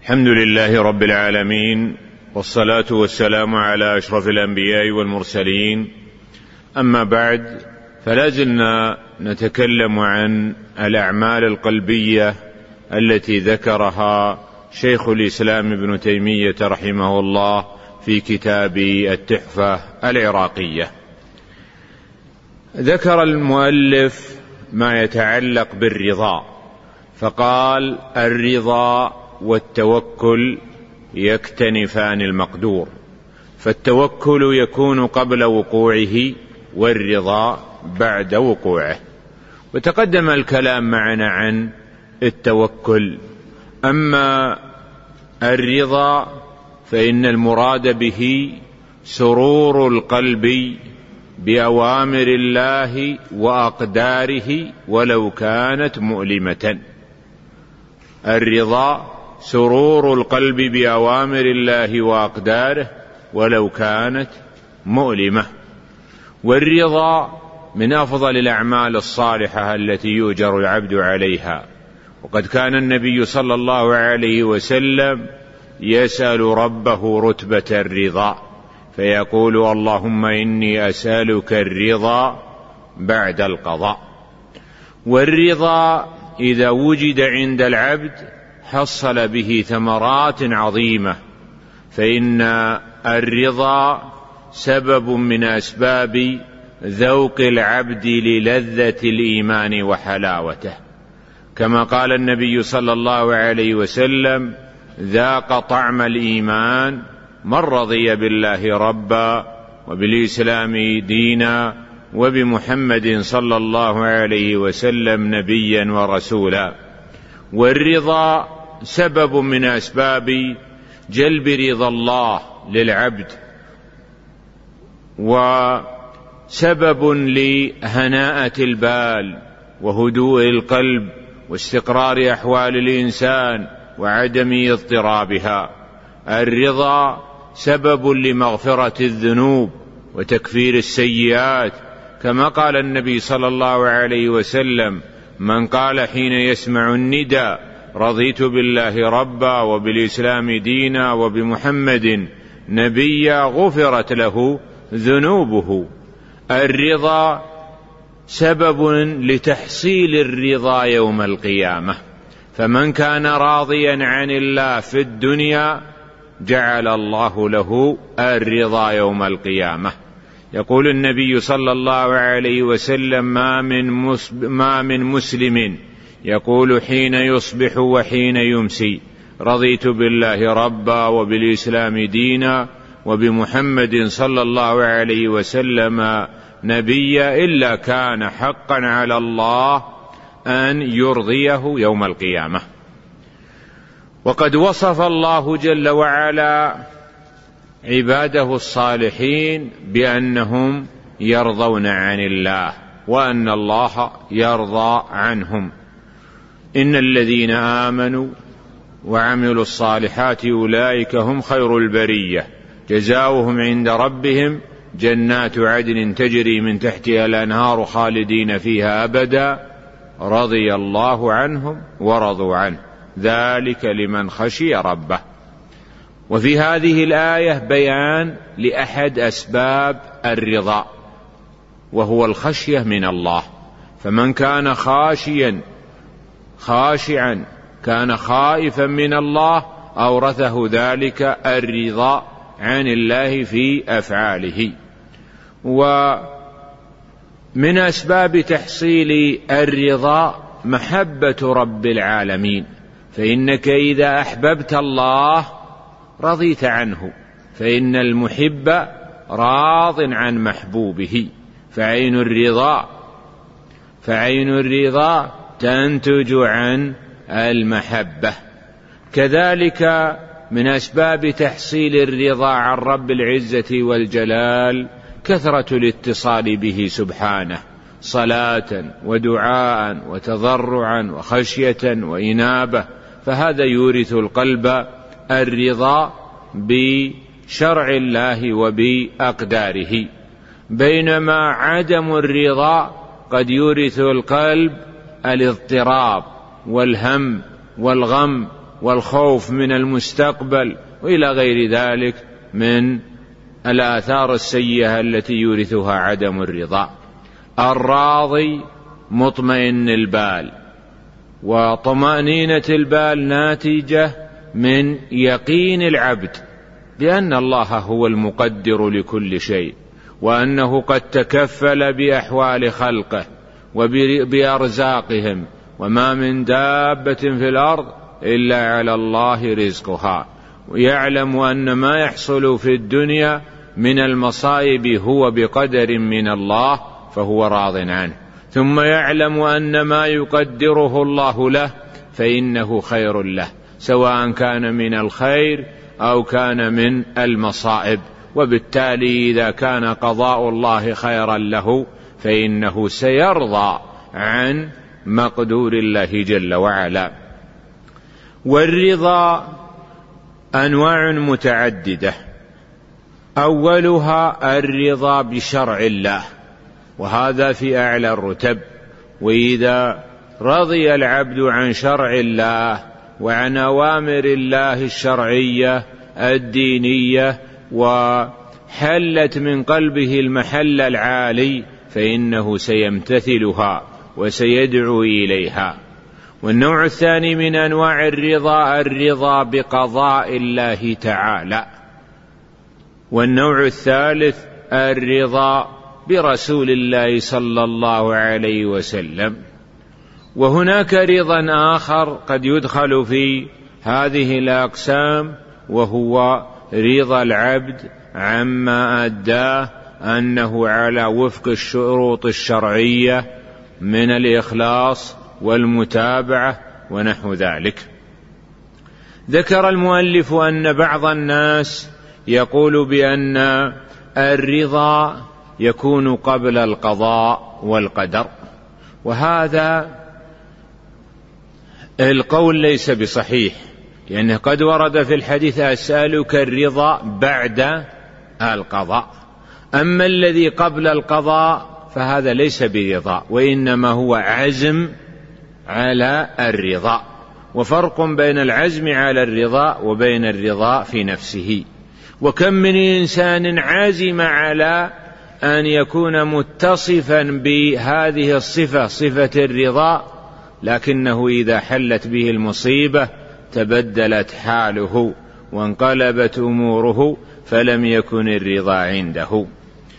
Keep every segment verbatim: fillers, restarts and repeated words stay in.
الحمد لله رب العالمين، والصلاة والسلام على أشرف الأنبياء والمرسلين. أما بعد، فلا زلنا نتكلم عن الأعمال القلبية التي ذكرها شيخ الإسلام ابن تيمية رحمه الله في كتاب التحفة العراقية. ذكر المؤلف ما يتعلق بالرضا، فقال: الرضا والتوكل يكتنفان المقدور، فالتوكل يكون قبل وقوعه والرضا بعد وقوعه. وتقدم الكلام معنا عن التوكل. أما الرضا فإن المراد به سرور القلب بأوامر الله وأقداره ولو كانت مؤلمة. الرضا سرور القلب بأوامر الله وأقداره ولو كانت مؤلمة. والرضا من أفضل الأعمال الصالحة التي يؤجر العبد عليها، وقد كان النبي صلى الله عليه وسلم يسأل ربه رتبة الرضا، فيقول: اللهم إني أسألك الرضا بعد القضاء. والرضا إذا وجد عند العبد حصل به ثمرات عظيمة، فإن الرضا سبب من أسباب ذوق العبد للذة الإيمان وحلاوته، كما قال النبي صلى الله عليه وسلم: ذاق طعم الإيمان من رضي بالله ربا وبالإسلام دينا وبمحمد صلى الله عليه وسلم نبيا ورسولا. والرضا سبب من أسباب جلب رضا الله للعبد، وسبب لهناءة البال وهدوء القلب واستقرار أحوال الإنسان وعدم اضطرابها. الرضا سبب لمغفرة الذنوب وتكفير السيئات، كما قال النبي صلى الله عليه وسلم: من قال حين يسمع الندى رضيت بالله ربا وبالإسلام دينا وبمحمد نبيا غفرت له ذنوبه. الرضا سبب لتحصيل الرضا يوم القيامة، فمن كان راضيا عن الله في الدنيا جعل الله له الرضا يوم القيامة. يقول النبي صلى الله عليه وسلم: ما من, ما من مسلم يقول حين يصبح وحين يمسي رضيت بالله ربا وبالإسلام دينا وبمحمد صلى الله عليه وسلم نبيا إلا كان حقا على الله أن يرضيه يوم القيامة. وقد وصف الله جل وعلا عباده الصالحين بأنهم يرضون عن الله وأن الله يرضى عنهم. إن الذين آمنوا وعملوا الصالحات أولئك هم خير البرية جزاؤهم عند ربهم جنات عدن تجري من تحتها الأنهار خالدين فيها أبدا رضي الله عنهم ورضوا عنه ذلك لمن خشي ربه. وفي هذه الآية بيان لأحد أسباب الرضا، وهو الخشية من الله. فمن كان خاشيا خاشعا كان خائفا من الله أورثه ذلك الرضا عن الله في أفعاله. ومن أسباب تحصيل الرضا محبة رب العالمين، فإنك إذا أحببت الله رضيت عنه، فإن المحب راض عن محبوبه، فعين الرضا فعين الرضا تنتج عن المحبة. كذلك من أسباب تحصيل الرضا عن رب العزة والجلال كثرة الاتصال به سبحانه، صلاة ودعاء وتضرعا وخشية وإنابة، فهذا يورث القلب الرضا بشرع الله وبأقداره. بينما عدم الرضا قد يورث القلب الاضطراب والهم والغم والخوف من المستقبل وإلى غير ذلك من الآثار السيئة التي يورثها عدم الرضا. الراضي مطمئن البال، وطمأنينة البال ناتجة من يقين العبد بأن الله هو المقدر لكل شيء، وأنه قد تكفل بأحوال خلقه وبأرزاقهم، وما من دابة في الأرض إلا على الله رزقها، ويعلم أن ما يحصل في الدنيا من المصائب هو بقدر من الله فهو راض عنه، ثم يعلم أن ما يقدره الله له فإنه خير له، سواء كان من الخير أو كان من المصائب، وبالتالي إذا كان قضاء الله خيرا له فإنه سيرضى عن مقدور الله جل وعلا. والرضا أنواع متعددة، أولها الرضا بشرع الله، وهذا في أعلى الرتب. وإذا رضي العبد عن شرع الله وعن أوامر الله الشرعية الدينية وحلت من قلبه المحل العالي فإنه سيمتثلها وسيدعو إليها. والنوع الثاني من أنواع الرضا الرضا بقضاء الله تعالى. والنوع الثالث الرضا برسول الله صلى الله عليه وسلم. وهناك رضا آخر قد يدخل في هذه الأقسام، وهو رضا العبد عما أداه أنه على وفق الشروط الشرعية من الإخلاص والمتابعة ونحو ذلك. ذكر المؤلف أن بعض الناس يقول بأن الرضا يكون قبل القضاء والقدر، وهذا القول ليس بصحيح، لأنه قد ورد في الحديث أسألك الرضا بعد القضاء. أما الذي قبل القضاء فهذا ليس برضا، وإنما هو عزم على الرضا، وفرق بين العزم على الرضا وبين الرضا في نفسه. وكم من إنسان عازم على أن يكون متصفا بهذه الصفة صفة الرضا، لكنه إذا حلت به المصيبة تبدلت حاله وانقلبت أموره فلم يكن الرضا عنده.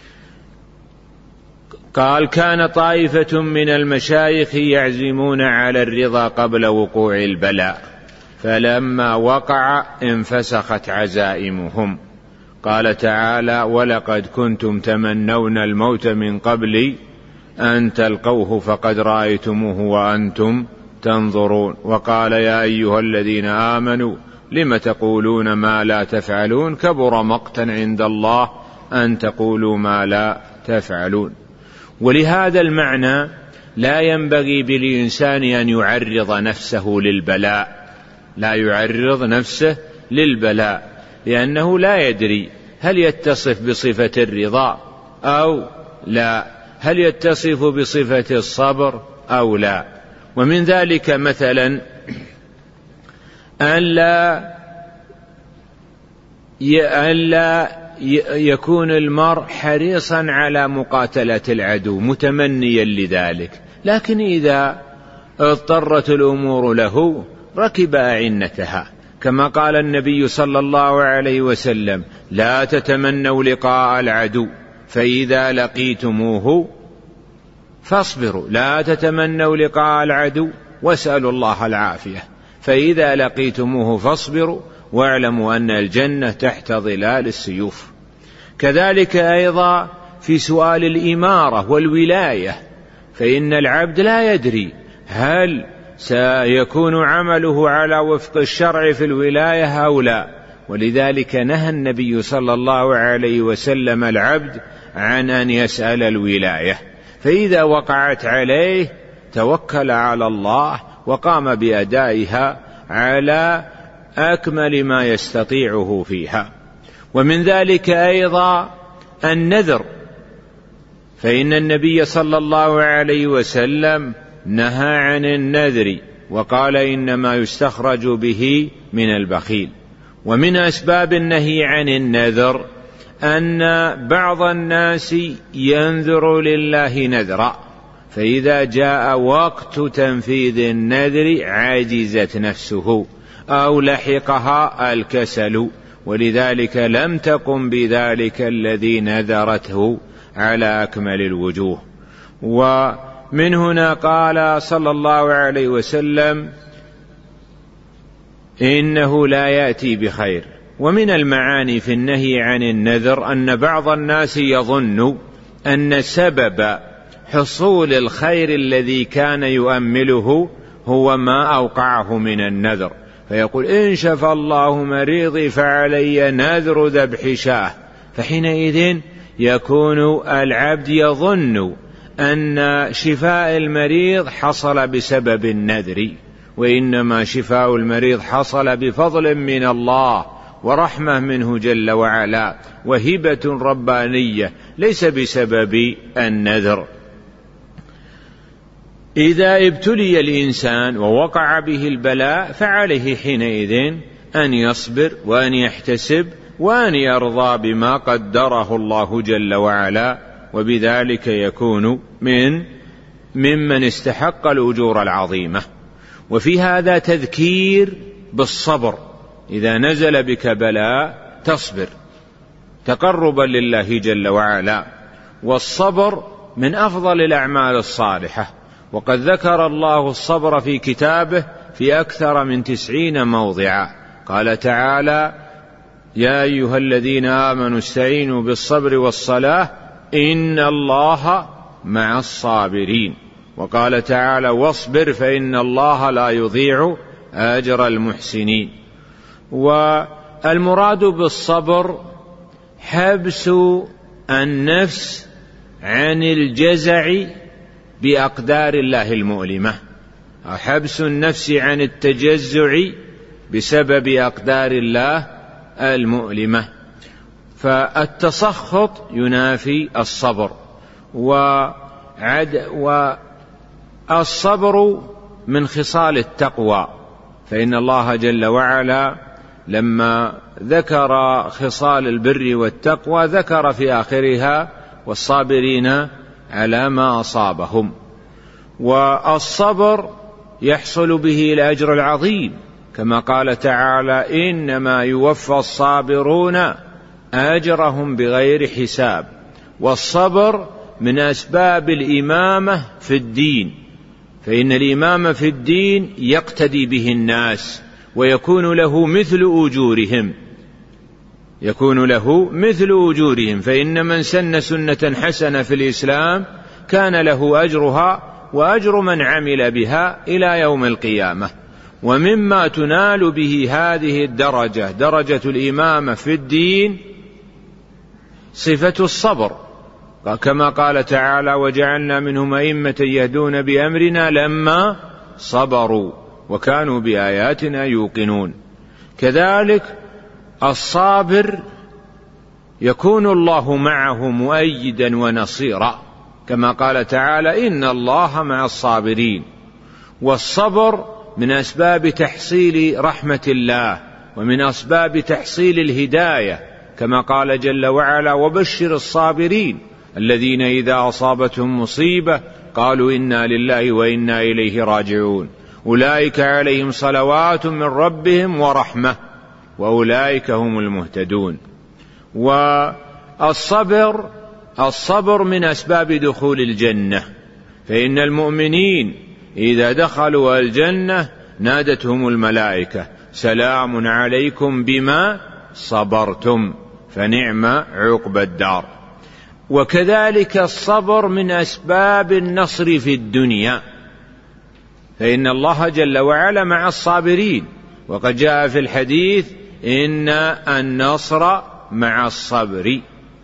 قال: كان طائفة من المشايخ يعزمون على الرضا قبل وقوع البلاء، فلما وقع انفسخت عزائمهم. قال تعالى: ولقد كنتم تمنون الموت من قبل أن تلقوه فقد رأيتموه وأنتم تنظرون. وقال: يا أيها الذين آمنوا لم تقولون ما لا تفعلون كبر مقتا عند الله أن تقولوا ما لا تفعلون. ولهذا المعنى لا ينبغي بالإنسان أن يعرض نفسه للبلاء، لا يعرض نفسه للبلاء، لأنه لا يدري هل يتصف بصفة الرضا أو لا، هل يتصف بصفة الصبر أو لا. ومن ذلك مثلا أن لا يكون المرء حريصا على مقاتلة العدو متمنيا لذلك، لكن إذا اضطرت الأمور له ركب أعنتها، كما قال النبي صلى الله عليه وسلم: لا تتمنوا لقاء العدو فإذا لقيتموه فاصبروا. لا تتمنوا لقاء العدو واسألوا الله العافية، فإذا لقيتموه فاصبروا واعلموا أن الجنة تحت ظلال السيوف. كذلك أيضا في سؤال الإمارة والولاية، فإن العبد لا يدري هل سيكون عمله على وفق الشرع في الولاية أو لا، ولذلك نهى النبي صلى الله عليه وسلم العبد عن أن يسأل الولاية، فإذا وقعت عليه توكل على الله وقام بأدائها على أكمل ما يستطيعه فيها. ومن ذلك أيضا النذر، فإن النبي صلى الله عليه وسلم نهى عن النذر وقال إنما يستخرج به من البخيل. ومن أسباب النهي عن النذر أن بعض الناس ينذر لله نذرا، فإذا جاء وقت تنفيذ النذر عجزت نفسه أو لحقها الكسل، ولذلك لم تقم بذلك الذي نذرته على أكمل الوجوه. ومن هنا قال صلى الله عليه وسلم إنه لا يأتي بخير. ومن المعاني في النهي عن النذر أن بعض الناس يظن أن سبب حصول الخير الذي كان يؤمله هو ما أوقعه من النذر، فيقول إن شفى الله مريضي فعلي نذر ذبح شاه، فحينئذ يكون العبد يظن أن شفاء المريض حصل بسبب النذر، وإنما شفاء المريض حصل بفضل من الله ورحمة منه جل وعلا وهبة ربانية، ليس بسبب النذر. إذا ابتلي الإنسان ووقع به البلاء فعليه حينئذ أن يصبر وأن يحتسب وأن يرضى بما قدره الله جل وعلا، وبذلك يكون من ممن استحق الأجور العظيمة. وفي هذا تذكير بالصبر، إذا نزل بك بلاء تصبر تقربا لله جل وعلا، والصبر من أفضل الأعمال الصالحة، وقد ذكر الله الصبر في كتابه في أكثر من تسعين موضعا. قال تعالى يا أيها الذين آمنوا استعينوا بالصبر والصلاة إن الله مع الصابرين، وقال تعالى واصبر فإن الله لا يضيع أجر المحسنين. والمراد بالصبر حبس النفس عن الجزع بأقدار الله المؤلمة، حبس النفس عن التجزع بسبب أقدار الله المؤلمة. فالتسخط ينافي الصبر، وعد والصبر من خصال التقوى، فإن الله جل وعلا لما ذكر خصال البر والتقوى ذكر في آخرها والصابرين على ما أصابهم. والصبر يحصل به الأجر العظيم، كما قال تعالى إنما يوفى الصابرون أجرهم بغير حساب. والصبر من أسباب الإمامة في الدين، فإن الإمامة في الدين يقتدي به الناس ويكون له مثل أجورهم، يكون له مثل أجورهم، فإن من سن سنة حسنة في الإسلام كان له أجرها وأجر من عمل بها إلى يوم القيامة. ومما تنال به هذه الدرجة درجة الإمامة في الدين صفة الصبر، كما قال تعالى وجعلنا منهم أئمة يهدون بأمرنا لما صبروا وكانوا بآياتنا يوقنون. كذلك الصابر يكون الله معه مؤيدا ونصيرا، كما قال تعالى إن الله مع الصابرين. والصبر من أسباب تحصيل رحمة الله ومن أسباب تحصيل الهداية، كما قال جل وعلا وبشر الصابرين الذين إذا أصابتهم مصيبة قالوا إنا لله وإنا إليه راجعون أولئك عليهم صلوات من ربهم ورحمة وأولئك هم المهتدون. والصبر الصبر من أسباب دخول الجنة، فإن المؤمنين إذا دخلوا الجنة نادتهم الملائكة سلام عليكم بما صبرتم فنعم عقبى الدار. وكذلك الصبر من أسباب النصر في الدنيا، فإن الله جل وعلا مع الصابرين، وقد جاء في الحديث إن النصر مع الصبر.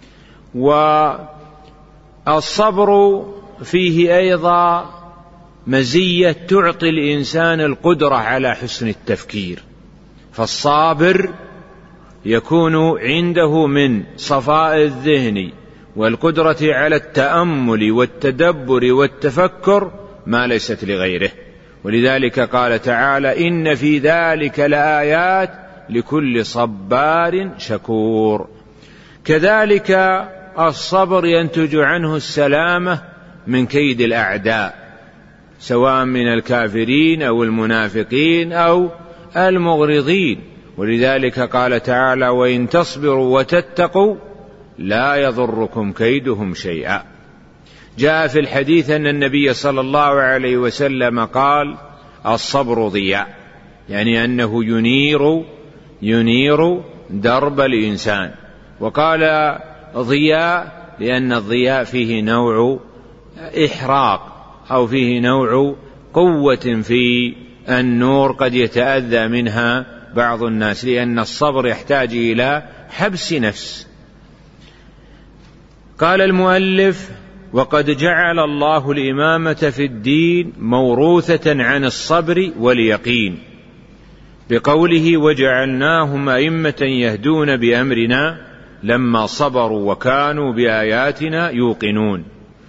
والصبر فيه أيضا مزية تعطي الإنسان القدرة على حسن التفكير، فالصابر يكون عنده من صفاء الذهن والقدرة على التأمل والتدبر والتفكر ما ليست لغيره. ولذلك قال تعالى: إن في ذلك لآيات لكل صبار شكور. كذلك الصبر ينتج عنه السلامة من كيد الأعداء، سواء من الكافرين أو المنافقين أو المغرضين. ولذلك قال تعالى: وإن تصبروا وتتقوا لا يضركم كيدهم شيئا. جاء في الحديث أن النبي صلى الله عليه وسلم قال: الصبر ضياء، يعني أنه ينير ينير درب الإنسان. وقال ضياء لأن الضياء فيه نوع إحراق أو فيه نوع قوة في النور قد يتأذى منها بعض الناس، لأن الصبر يحتاج إلى حبس نفس. قال المؤلف: وقد جعل الله الإمامة في الدين موروثة عن الصبر واليقين، بقوله: وجعلناهم أئمة يهدون بأمرنا لما صبروا وكانوا بآياتنا يوقنون.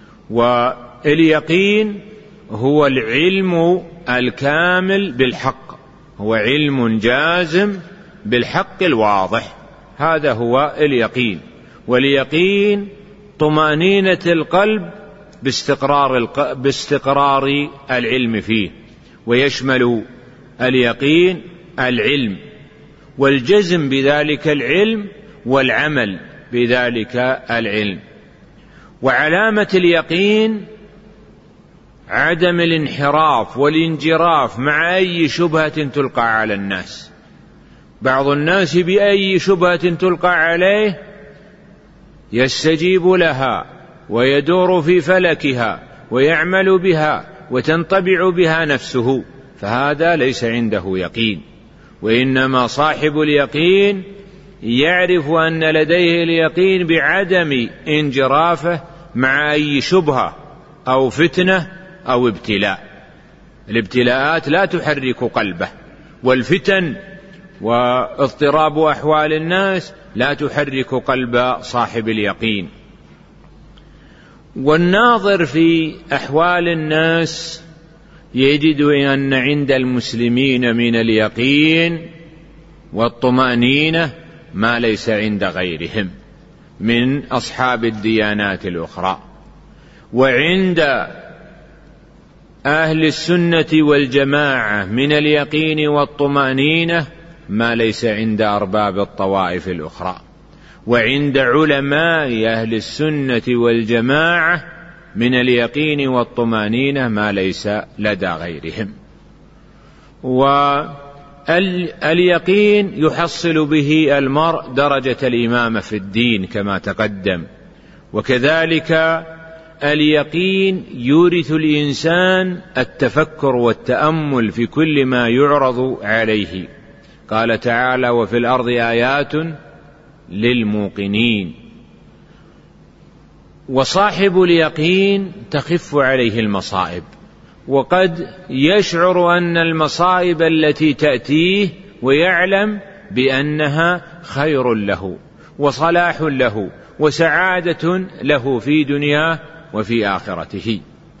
واليقين هو العلم الكامل بالحق، هو علم جازم بالحق الواضح، هذا هو اليقين. واليقين طمأنينة القلب باستقرار, الق... باستقرار العلم فيه، ويشمل اليقين العلم والجزم بذلك العلم والعمل بذلك العلم. وعلامة اليقين عدم الانحراف والانجراف مع أي شبهة تلقى على الناس. بعض الناس بأي شبهة تلقى عليه يستجيب لها ويدور في فلكها ويعمل بها وتنطبع بها نفسه، فهذا ليس عنده يقين. وإنما صاحب اليقين يعرف أن لديه اليقين بعدم انجرافه مع أي شبهة أو فتنة أو ابتلاء. الابتلاءات لا تحرك قلبه، والفتن واضطراب أحوال الناس لا تحرك قلب صاحب اليقين. والناظر في أحوال الناس يجد أن عند المسلمين من اليقين والطمأنينة ما ليس عند غيرهم من أصحاب الديانات الأخرى. وعند أهل السنة والجماعة من اليقين والطمأنينة ما ليس عند أرباب الطوائف الأخرى. وعند علماء أهل السنة والجماعة من اليقين والطمأنينة ما ليس لدى غيرهم. واليقين يحصل به المرء درجة الإمامة في الدين كما تقدم. وكذلك اليقين يورث الإنسان التفكر والتأمل في كل ما يعرض عليه. قال تعالى: وفي الأرض آيات للموقنين. وصاحب اليقين تخف عليه المصائب، وقد يشعر أن المصائب التي تأتيه ويعلم بأنها خير له وصلاح له وسعادة له في دنياه وفي آخرته.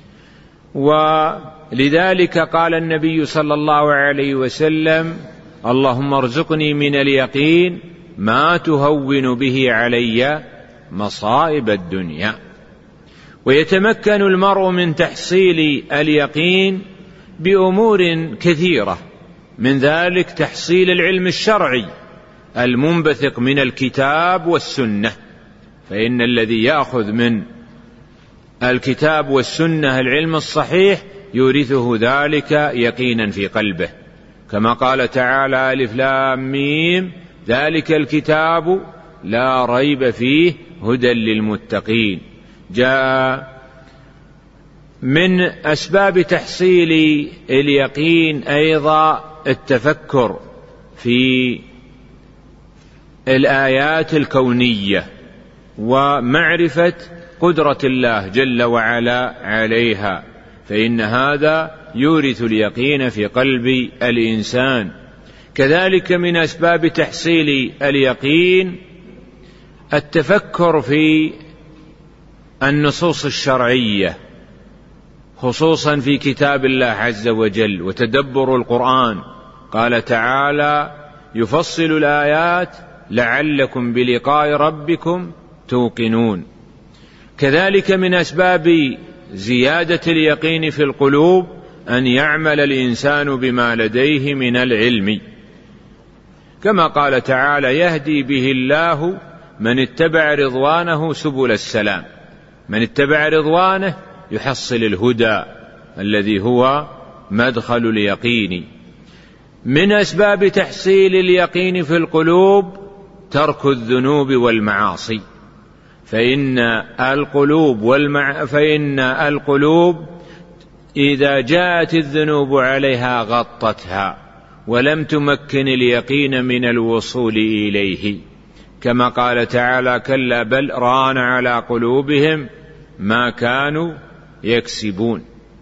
ولذلك قال النبي صلى الله عليه وسلم: اللهم ارزقني من اليقين ما تهون به علي مصائب الدنيا. ويتمكن المرء من تحصيل اليقين بأمور كثيرة، من ذلك تحصيل العلم الشرعي المنبثق من الكتاب والسنة، فإن الذي يأخذ من الكتاب والسنة العلم الصحيح يورثه ذلك يقينا في قلبه، كما قال تعالى: ألف لام ميم ذلك الكتاب لا ريب فيه هدى للمتقين. جاء من أسباب تحصيل اليقين أيضا التفكر في الآيات الكونية ومعرفة قدرة الله جل وعلا عليها، فإن هذا يورث اليقين في قلب الإنسان. كذلك من أسباب تحصيل اليقين التفكر في النصوص الشرعية خصوصا في كتاب الله عز وجل وتدبر القرآن. قال تعالى: يفصل الآيات لعلكم بلقاء ربكم توقنون. كذلك من أسباب زيادة اليقين في القلوب أن يعمل الإنسان بما لديه من العلم، كما قال تعالى: يهدي به الله من اتبع رضوانه سبل السلام. من اتبع رضوانه يحصل الهدى الذي هو مدخل اليقين. من أسباب تحصيل اليقين في القلوب ترك الذنوب والمعاصي، فإن القلوب, والمع... فإن القلوب إذا جاءت الذنوب عليها غطتها ولم تمكن اليقين من الوصول إليه، كما قال تعالى: كلا بل ران على قلوبهم ما كانوا يكسبون.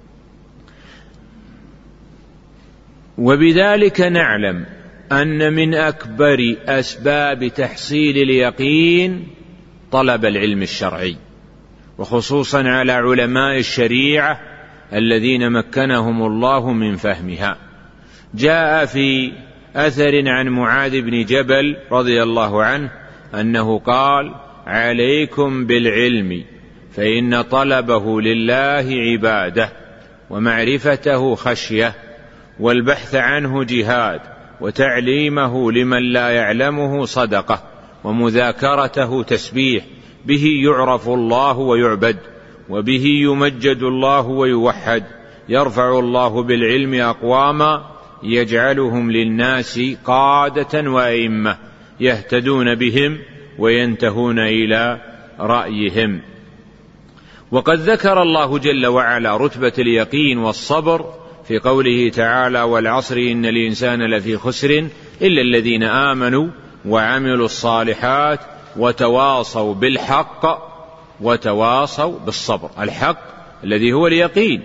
وبذلك نعلم أن من أكبر أسباب تحصيل اليقين طلب العلم الشرعي، وخصوصا على علماء الشريعة الذين مكنهم الله من فهمها. جاء في أثر عن معاذ بن جبل رضي الله عنه أنه قال: عليكم بالعلم فإن طلبه لله عبادة، ومعرفته خشية، والبحث عنه جهاد، وتعليمه لمن لا يعلمه صدقة، ومذاكرته تسبيح. به يعرف الله ويعبد، وبه يمجد الله ويوحد. يرفع الله بالعلم أقواما يجعلهم للناس قادة وأئمة يهتدون بهم وينتهون إلى رأيهم. وقد ذكر الله جل وعلا رتبة اليقين والصبر في قوله تعالى: والعصر إن الإنسان لفي خسر إلا الذين آمنوا وعملوا الصالحات وتواصوا بالحق وتواصوا بالصبر. الحق الذي هو اليقين،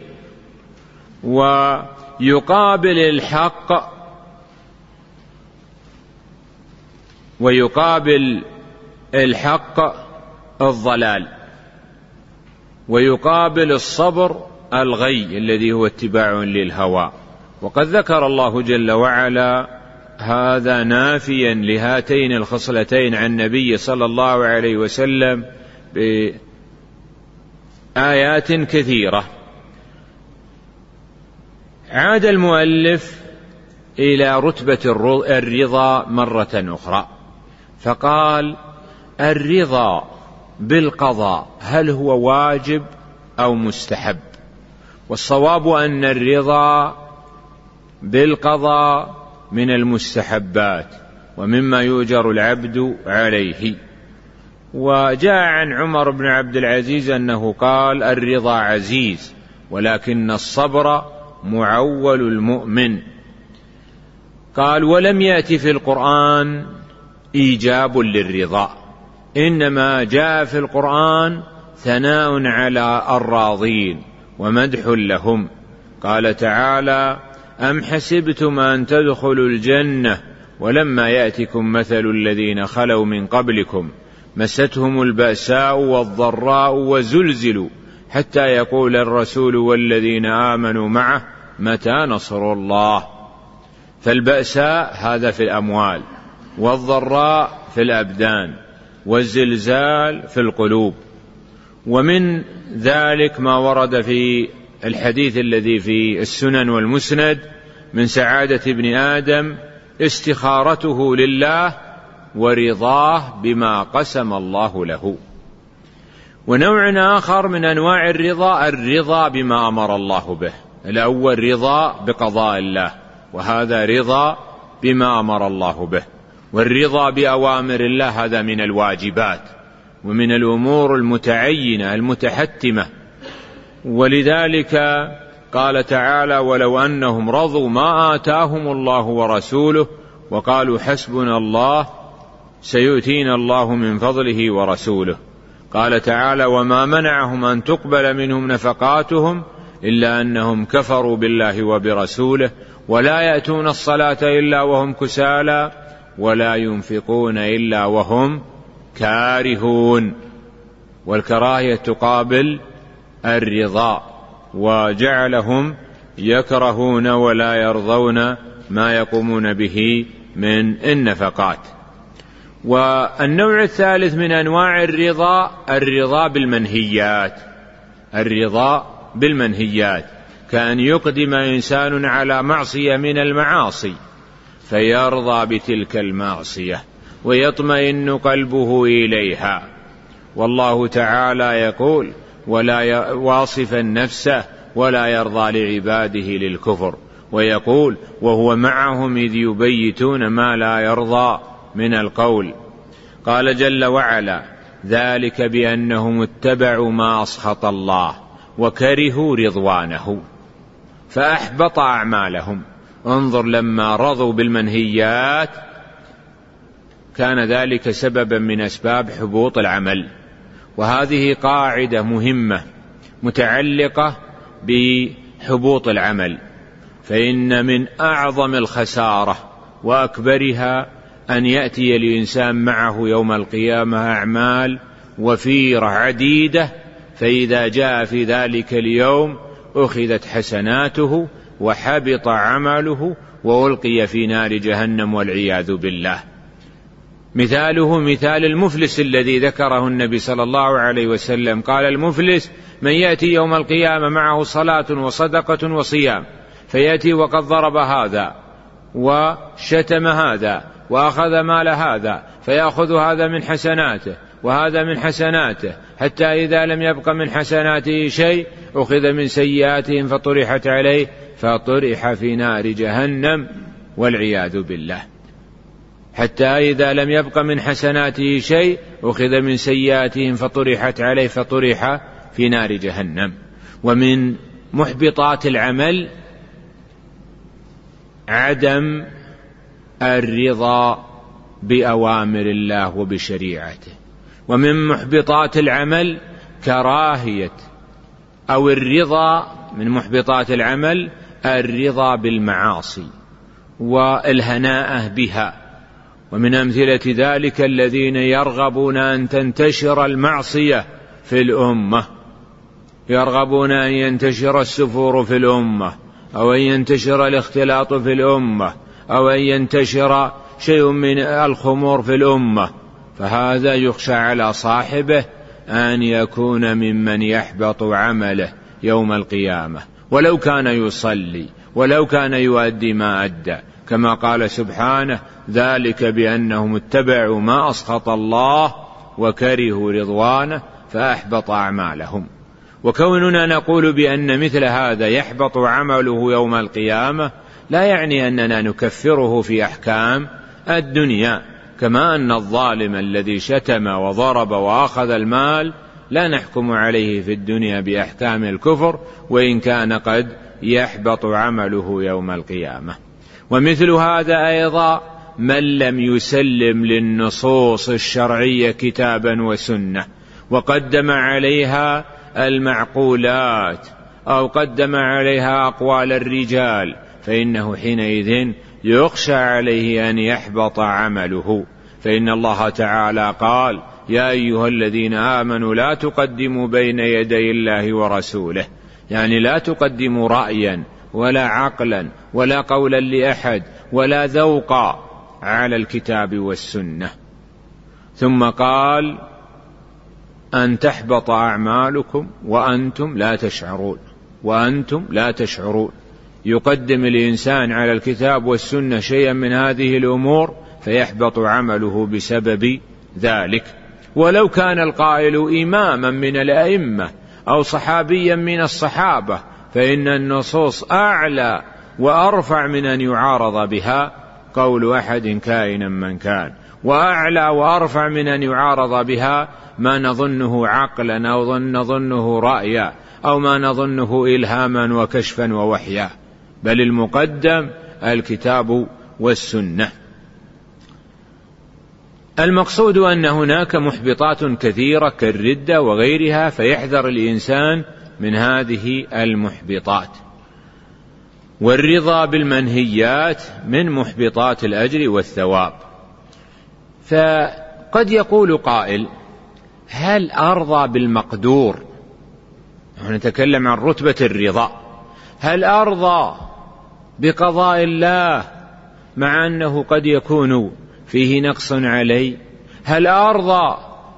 ويقابل الحق ويقابل الحق الضلال، ويقابل الصبر الغي الذي هو اتباع للهوى. وقد ذكر الله جل وعلا هذا نافيا لهاتين الخصلتين عن النبي صلى الله عليه وسلم بآيات كثيرة. عاد المؤلف إلى رتبة الرضا مرة أخرى، فقال: الرضا بالقضاء هل هو واجب أو مستحب؟ والصواب أن الرضا بالقضاء من المستحبات ومما يؤجر العبد عليه. وجاء عن عمر بن عبد العزيز أنه قال: الرضا عزيز ولكن الصبر معول المؤمن. قال: ولم يأتي في القرآن إيجاب للرضا، إنما جاء في القرآن ثناء على الراضين ومدح لهم. قال تعالى: أم حسبتم أن تدخلوا الجنة ولما يأتكم مثل الذين خلوا من قبلكم مستهم البأساء والضراء وزلزلوا حتى يقول الرسول والذين آمنوا معه متى نصر الله. فالبأساء هذا في الأموال، والضراء في الأبدان، والزلزال في القلوب. ومن ذلك ما ورد في الحديث الذي في السنن والمسند من سعادة ابن آدم استخارته لله ورضاه بما قسم الله له. ونوع آخر من أنواع الرضا الرضا بما أمر الله به. الأول رضا بقضاء الله، وهذا رضا بما أمر الله به. والرضا بأوامر الله هذا من الواجبات ومن الأمور المتعينة المتحتمة. ولذلك قال تعالى: ولو أنهم رضوا ما آتاهم الله ورسوله وقالوا حسبنا الله سيؤتينا الله من فضله ورسوله. قال تعالى: وما منعهم أن تقبل منهم نفقاتهم إلا أنهم كفروا بالله وبرسوله ولا يأتون الصلاة إلا وهم كسالى ولا ينفقون إلا وهم كارهون. والكراهية تقابل الرضا. وجعلهم يكرهون ولا يرضون ما يقومون به من النفقات. والنوع الثالث من أنواع الرضا الرضا بالمنهيات، الرضا بالمنهيات، كأن يقدم إنسان على معصية من المعاصي فيرضى بتلك المعصية ويطمئن قلبه إليها. والله تعالى يقول ولا واصفا نفسه ولا يرضى لعباده للكفر، ويقول وهو معهم إذ يبيتون ما لا يرضى من القول. قال جل وعلا ذلك بأنهم اتبعوا ما أسخط الله وكرهوا رضوانه فأحبط أعمالهم. انظر، لما رضوا بالمنهيات كان ذلك سببا من أسباب حبوط العمل. وهذه قاعدة مهمة متعلقة بحبوط العمل، فإن من أعظم الخسارة وأكبرها أن يأتي الإنسان معه يوم القيامة أعمال وفيرة عديدة، فإذا جاء في ذلك اليوم أخذت حسناته وحبط عمله وألقي في نار جهنم والعياذ بالله. مثاله مثال المفلس الذي ذكره النبي صلى الله عليه وسلم، قال المفلس من يأتي يوم القيامة معه صلاة وصدقة وصيام، فيأتي وقد ضرب هذا وشتم هذا وأخذ مال هذا، فيأخذ هذا من حسناته وهذا من حسناته، حتى إذا لم يبق من حسناته شيء أخذ من سيئاتهم فطرحت عليه فطرح في نار جهنم والعياذ بالله. حتى إذا لم يبق من حسناته شيء أخذ من سيئاتهم فطرحت عليه فطرح في نار جهنم. ومن محبطات العمل عدم الرضا بأوامر الله وبشريعته. ومن محبطات العمل كراهية أو الرضا من محبطات العمل الرضا بالمعاصي والهناء بها. ومن أمثلة ذلك الذين يرغبون أن تنتشر المعصية في الأمة، يرغبون أن ينتشر السفور في الأمة، أو أن ينتشر الاختلاط في الأمة، أو أن ينتشر شيء من الخمور في الأمة، فهذا يخشى على صاحبه أن يكون ممن يحبط عمله يوم القيامة، ولو كان يصلي ولو كان يؤدي ما أدى، كما قال سبحانه ذلك بأنهم اتبعوا ما أسخط الله وكرهوا رضوانه فأحبط أعمالهم. وكوننا نقول بأن مثل هذا يحبط عمله يوم القيامة لا يعني أننا نكفره في أحكام الدنيا، كما أن الظالم الذي شتم وضرب وأخذ المال لا نحكم عليه في الدنيا بأحكام الكفر وإن كان قد يحبط عمله يوم القيامة. ومثل هذا أيضا من لم يسلم للنصوص الشرعية كتابا وسنة وقدم عليها المعقولات أو قدم عليها أقوال الرجال، فإنه حينئذ يخشى عليه أن يحبط عمله. فإن الله تعالى قال يا أيها الذين آمنوا لا تقدموا بين يدي الله ورسوله، يعني لا تقدموا رأيا ولا عقلا ولا قولا لأحد ولا ذوقا على الكتاب والسنة. ثم قال أن تحبط أعمالكم وأنتم لا تشعرون، وأنتم لا تشعرون. يقدم الإنسان على الكتاب والسنة شيئا من هذه الأمور فيحبط عمله بسبب ذلك، ولو كان القائل إماما من الأئمة أو صحابيا من الصحابة، فإن النصوص أعلى وأرفع من أن يعارض بها قول أحد كائنا من كان، وأعلى وأرفع من أن يعارض بها ما نظنه عقلا أو نظنه رأيا أو ما نظنه إلهاما وكشفا ووحيا، بل المقدم الكتاب والسنة. المقصود أن هناك محبطات كثيرة كالردة وغيرها، فيحذر الإنسان من هذه المحبطات. والرضا بالمنهيات من محبطات الأجر والثواب. فقد يقول قائل هل أرضى بالمقدور نتكلم عن رتبة الرضا. هل أرضى بقضاء الله مع أنه قد يكون فيه نقص علي؟ هل أرضى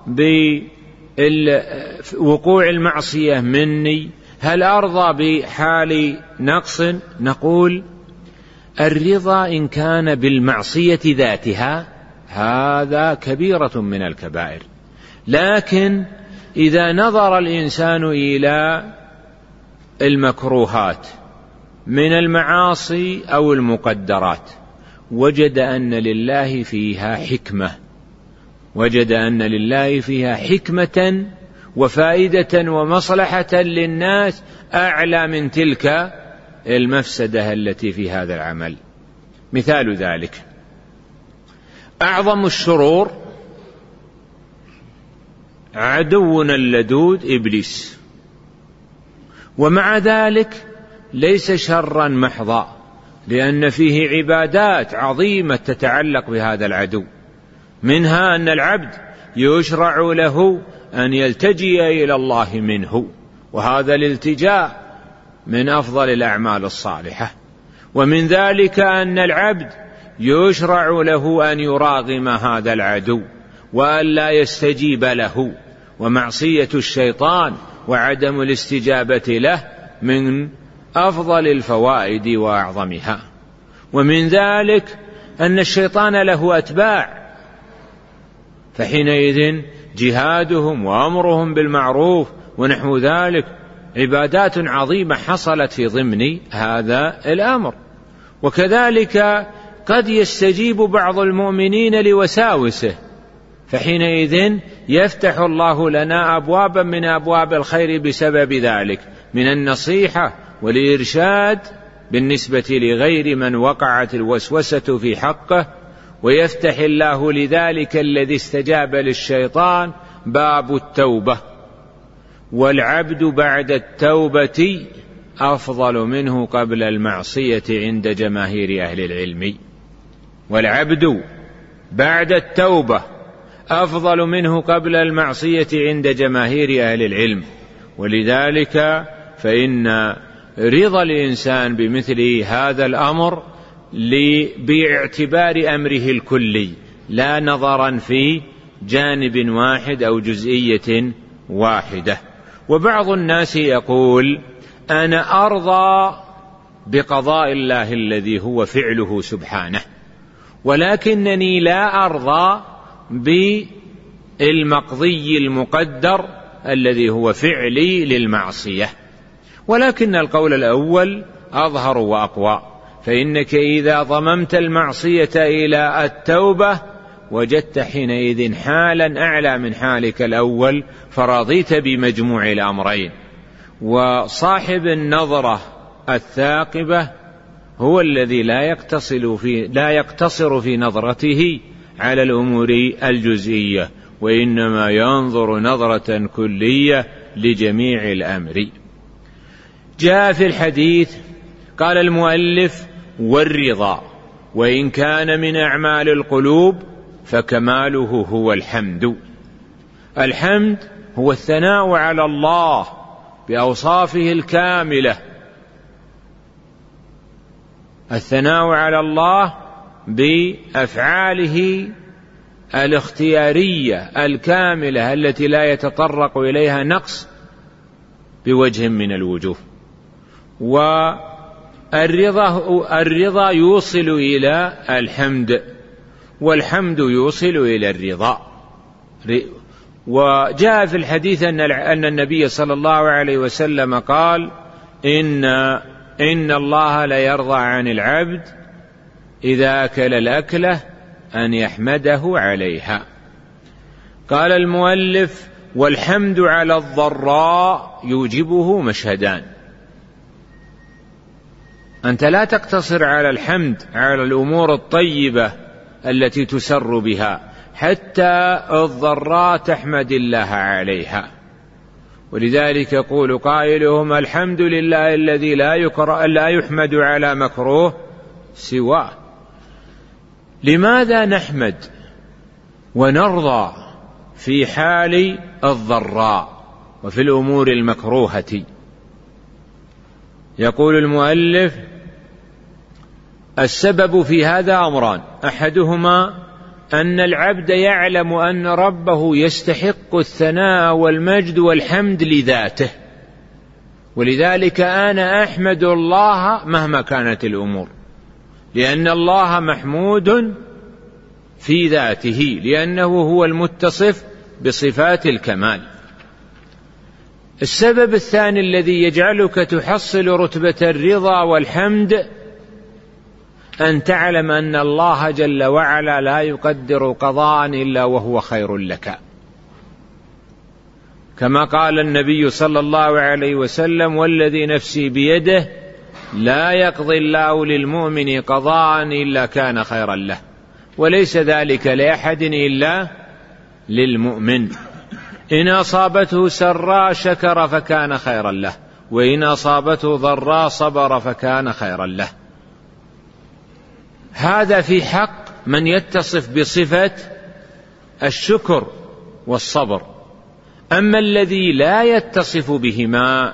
بوقوع المعصية مني؟ هل أرضى بحال نقص؟ نقول الرضا إن كان بالمعصية ذاتها هذا كبيرة من الكبائر، لكن إذا نظر الإنسان إلى المكروهات من المعاصي أو المقدرات وجد أن لله فيها حكمة وجد أن لله فيها حكمة وفائدة ومصلحة للناس أعلى من تلك المفسدة التي في هذا العمل. مثال ذلك أعظم الشرور عدونا اللدود إبليس، ومع ذلك ليس شرا محضا، لأن فيه عبادات عظيمة تتعلق بهذا العدو، منها أن العبد يشرع له أن يلتجئ إلى الله منه، وهذا الالتجاء من أفضل الأعمال الصالحة. ومن ذلك أن العبد يشرع له أن يراغم هذا العدو وأن لا يستجيب له، ومعصية الشيطان وعدم الاستجابة له من أفضل الفوائد وأعظمها. ومن ذلك أن الشيطان له أتباع، فحينئذ جهادهم وأمرهم بالمعروف ونحو ذلك عبادات عظيمة حصلت في ضمن هذا الأمر. وكذلك قد يستجيب بعض المؤمنين لوساوسه، فحينئذ يفتح الله لنا أبوابا من أبواب الخير بسبب ذلك، من النصيحة والإرشاد بالنسبة لغير من وقعت الوسوسة في حقه، ويفتح الله لذلك الذي استجاب للشيطان باب التوبة، والعبد بعد التوبة أفضل منه قبل المعصية عند جماهير أهل العلم. والعبد بعد التوبة أفضل منه قبل المعصية عند جماهير أهل العلم. ولذلك فإن رضا الإنسان بمثل هذا الأمر باعتبار أمره الكلي، لا نظرا في جانب واحد أو جزئية واحدة. وبعض الناس يقول أنا أرضى بقضاء الله الذي هو فعله سبحانه، ولكنني لا أرضى بالمقضي المقدر الذي هو فعلي للمعصية. ولكن القول الأول أظهر وأقوى، فإنك إذا ضممت المعصية إلى التوبة وجدت حينئذ حالا أعلى من حالك الأول، فرضيت بمجموع الأمرين. وصاحب النظرة الثاقبة هو الذي لا يقتصر في, لا يقتصر في نظرته على الأمور الجزئية، وإنما ينظر نظرة كلية لجميع الأمر. جاء في الحديث قال المؤلف والرضا وإن كان من أعمال القلوب فكماله هو الحمد. الحمد هو الثناء على الله بأوصافه الكاملة، الثناء على الله بأفعاله الاختيارية الكاملة التي لا يتطرق إليها نقص بوجه من الوجوه. والرضا الرضا يوصل إلى الحمد، والحمد يوصل إلى الرضا. وجاء في الحديث أن النبي صلى الله عليه وسلم قال إن, إن الله لا يرضى عن العبد إذا أكل الأكلة أن يحمده عليها. قال المؤلف والحمد على الضراء يوجبه مشهدان. أنت لا تقتصر على الحمد على الأمور الطيبة التي تسر بها، حتى الضراء تحمد الله عليها. ولذلك يقول قائلهم الحمد لله الذي لا يكره لا يحمد على مكروه سواه. لماذا نحمد ونرضى في حال الضراء وفي الأمور المكروهة؟ يقول المؤلف: السبب في هذا أمران: أحدهما أن العبد يعلم أن ربه يستحق الثناء والمجد والحمد لذاته، ولذلك أنا أحمد الله مهما كانت الأمور، لأن الله محمود في ذاته، لأنه هو المتصف بصفات الكمال. السبب الثاني الذي يجعلك تحصل رتبة الرضا والحمد أن تعلم أن الله جل وعلا لا يقدر قضاء إلا وهو خير لك، كما قال النبي صلى الله عليه وسلم: والذي نفسي بيده لا يقضي الله للمؤمن قضاء إلا كان خيرا له، وليس ذلك لأحد إلا للمؤمن. إن أصابته سراء شكر فكان خيرا له، وإن أصابته ضراء صبر فكان خيرا له. هذا في حق من يتصف بصفة الشكر والصبر. أما الذي لا يتصف بهما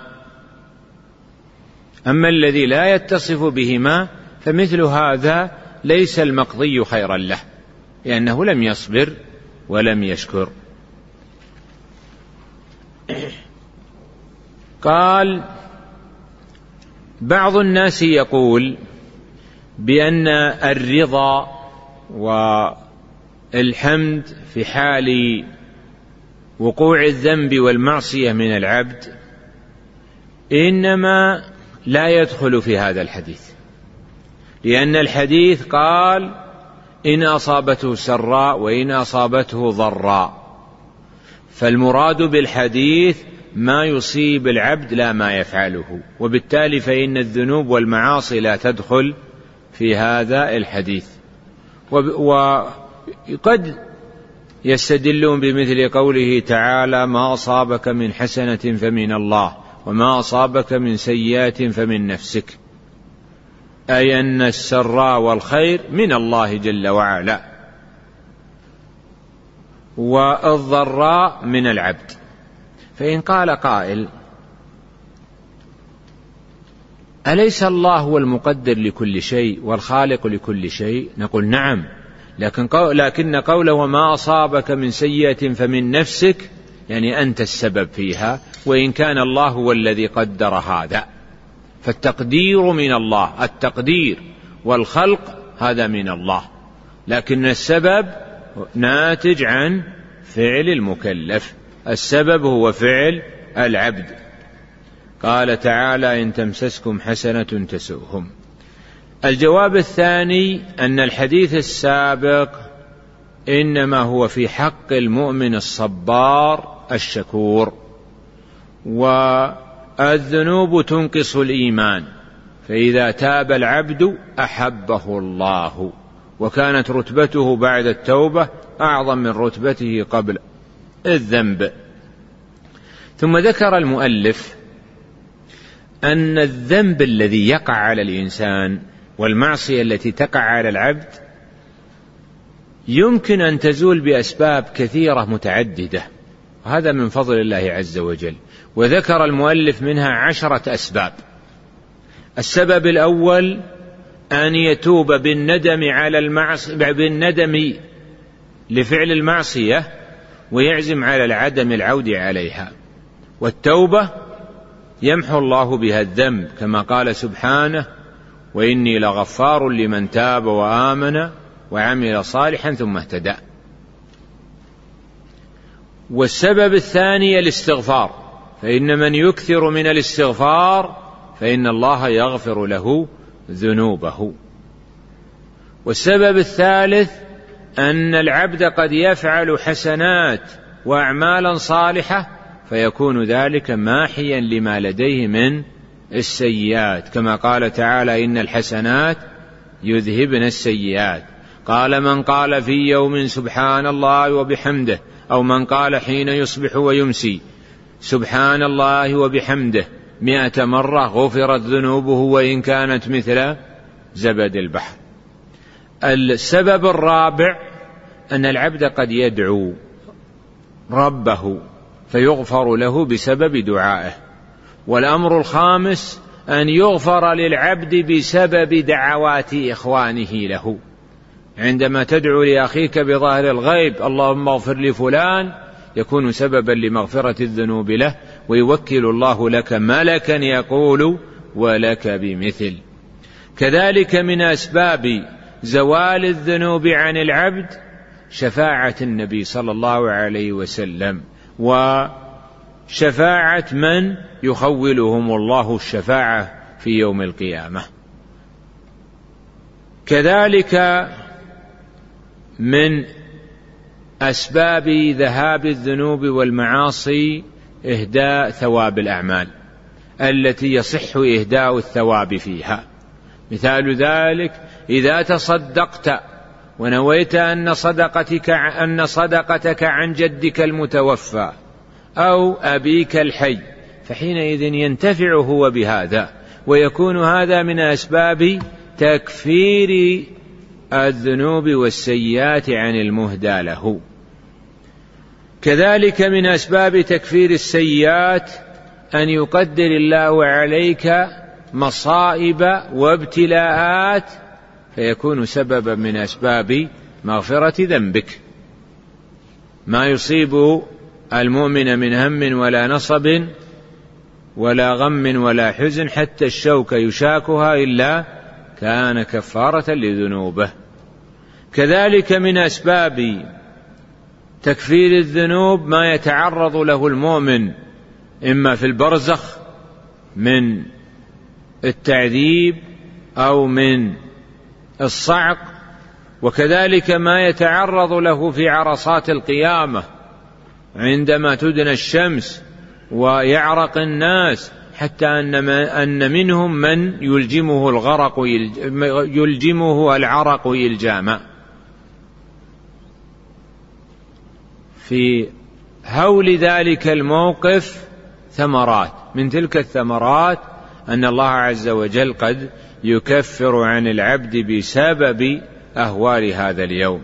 أما الذي لا يتصف بهما فمثل هذا ليس المقضي خيرا له، لأنه لم يصبر ولم يشكر. قال: بعض الناس يقول بأن الرضا والحمد في حال وقوع الذنب والمعصية من العبد إنما لا يدخل في هذا الحديث، لأن الحديث قال: إن أصابته سراء وإن أصابته ضراء، فالمراد بالحديث ما يصيب العبد لا ما يفعله، وبالتالي فإن الذنوب والمعاصي لا تدخل في هذا الحديث. وقد يستدلون بمثل قوله تعالى: ما أصابك من حسنة فمن الله وما أصابك من سيئة فمن نفسك، أي أن السراء والخير من الله جل وعلا، والضراء من العبد. فإن قال قائل: أليس الله هو المقدر لكل شيء والخالق لكل شيء؟ نقول: نعم، لكن لكن قوله وما أصابك من سيئة فمن نفسك يعني أنت السبب فيها، وإن كان الله هو الذي قدر هذا، فالتقدير من الله، التقدير والخلق هذا من الله، لكن السبب ناتج عن فعل المكلف، السبب هو فعل العبد. قال تعالى: إن تمسسكم حسنة تسؤهم. الجواب الثاني أن الحديث السابق إنما هو في حق المؤمن الصبار الشكور، والذنوب تنقص الإيمان، فإذا تاب العبد أحبه الله، وكانت رتبته بعد التوبة أعظم من رتبته قبل الذنب. ثم ذكر المؤلف أن الذنب الذي يقع على الإنسان والمعصية التي تقع على العبد يمكن أن تزول بأسباب كثيرة متعددة، وهذا من فضل الله عز وجل، وذكر المؤلف منها عشرة أسباب. السبب الأول أن يتوب بالندم على المعصية بالندم لفعل المعصية ويعزم على العدم العود عليها، والتوبة يمحو الله بها الذنب، كما قال سبحانه: وإني لغفار لمن تاب وآمن وعمل صالحا ثم اهتدى. والسبب الثاني الاستغفار، فإن من يكثر من الاستغفار فإن الله يغفر له ذنوبه. والسبب الثالث أن العبد قد يفعل حسنات وأعمالا صالحة فيكون ذلك ماحيا لما لديه من السيئات، كما قال تعالى: إن الحسنات يذهبن السيئات. قال: من قال في يوم سبحان الله وبحمده، أو من قال حين يصبح ويمسي سبحان الله وبحمده مئة مرة غفرت ذنوبه وإن كانت مثل زبد البحر. السبب الرابع أن العبد قد يدعو ربه فيغفر له بسبب دعائه. والأمر الخامس أن يغفر للعبد بسبب دعوات إخوانه له. عندما تدعو لأخيك بظاهر الغيب اللهم اغفر لفلان، يكون سببا لمغفرة الذنوب له، ويوكل الله لك ملكا يقول ولك بمثل. كذلك من أسباب زوال الذنوب عن العبد شفاعة النبي صلى الله عليه وسلم، وشفاعة من يخولهم الله الشفاعة في يوم القيامة. كذلك من أسباب ذهاب الذنوب والمعاصي إهداء ثواب الأعمال التي يصح إهداء الثواب فيها. مثال ذلك إذا تصدقت ونويت أن صدقتك, أن صدقتك عن جدك المتوفى أو أبيك الحي، فحينئذ ينتفع هو بهذا، ويكون هذا من أسباب تكفير الذنوب والسيئات عن المهدى له. كذلك من أسباب تكفير السيئات أن يقدر الله عليك مصائب وابتلاءات فيكون سببا من أسباب مغفرة ذنبك. ما يصيب المؤمن من هم ولا نصب ولا غم ولا حزن حتى الشوك يشاكها إلا كان كفارة لذنوبه. كذلك من أسباب تكفير الذنوب ما يتعرض له المؤمن إما في البرزخ من التعذيب أو من الصعق، وكذلك ما يتعرض له في عرصات القيامة عندما تدنى الشمس ويعرق الناس حتى أن منهم من يلجمه الغرق يلجمه العرق إلجاما. في هول ذلك الموقف ثمرات، من تلك الثمرات أن الله عز وجل قد يكفر عن العبد بسبب أهوال هذا اليوم.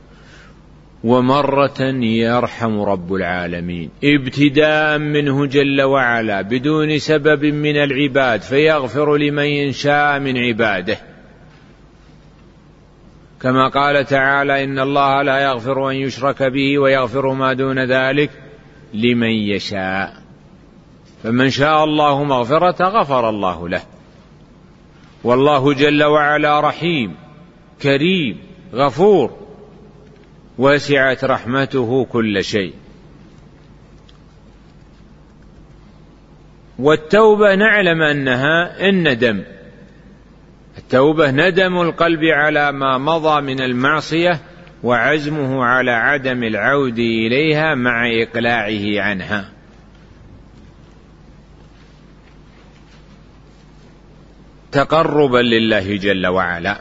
ومرة يرحم رب العالمين ابتداء منه جل وعلا بدون سبب من العباد فيغفر لمن يشاء من عباده، كما قال تعالى إن الله لا يغفر أن يشرك به ويغفر ما دون ذلك لمن يشاء، فمن شاء الله مغفرة غفر الله له. والله جل وعلا رحيم كريم غفور، وسعت رحمته كل شيء. والتوبة نعلم أنها الندم، التوبة ندم القلب على ما مضى من المعصية وعزمه على عدم العود إليها مع إقلاعه عنها. تقربا لله جل وعلا.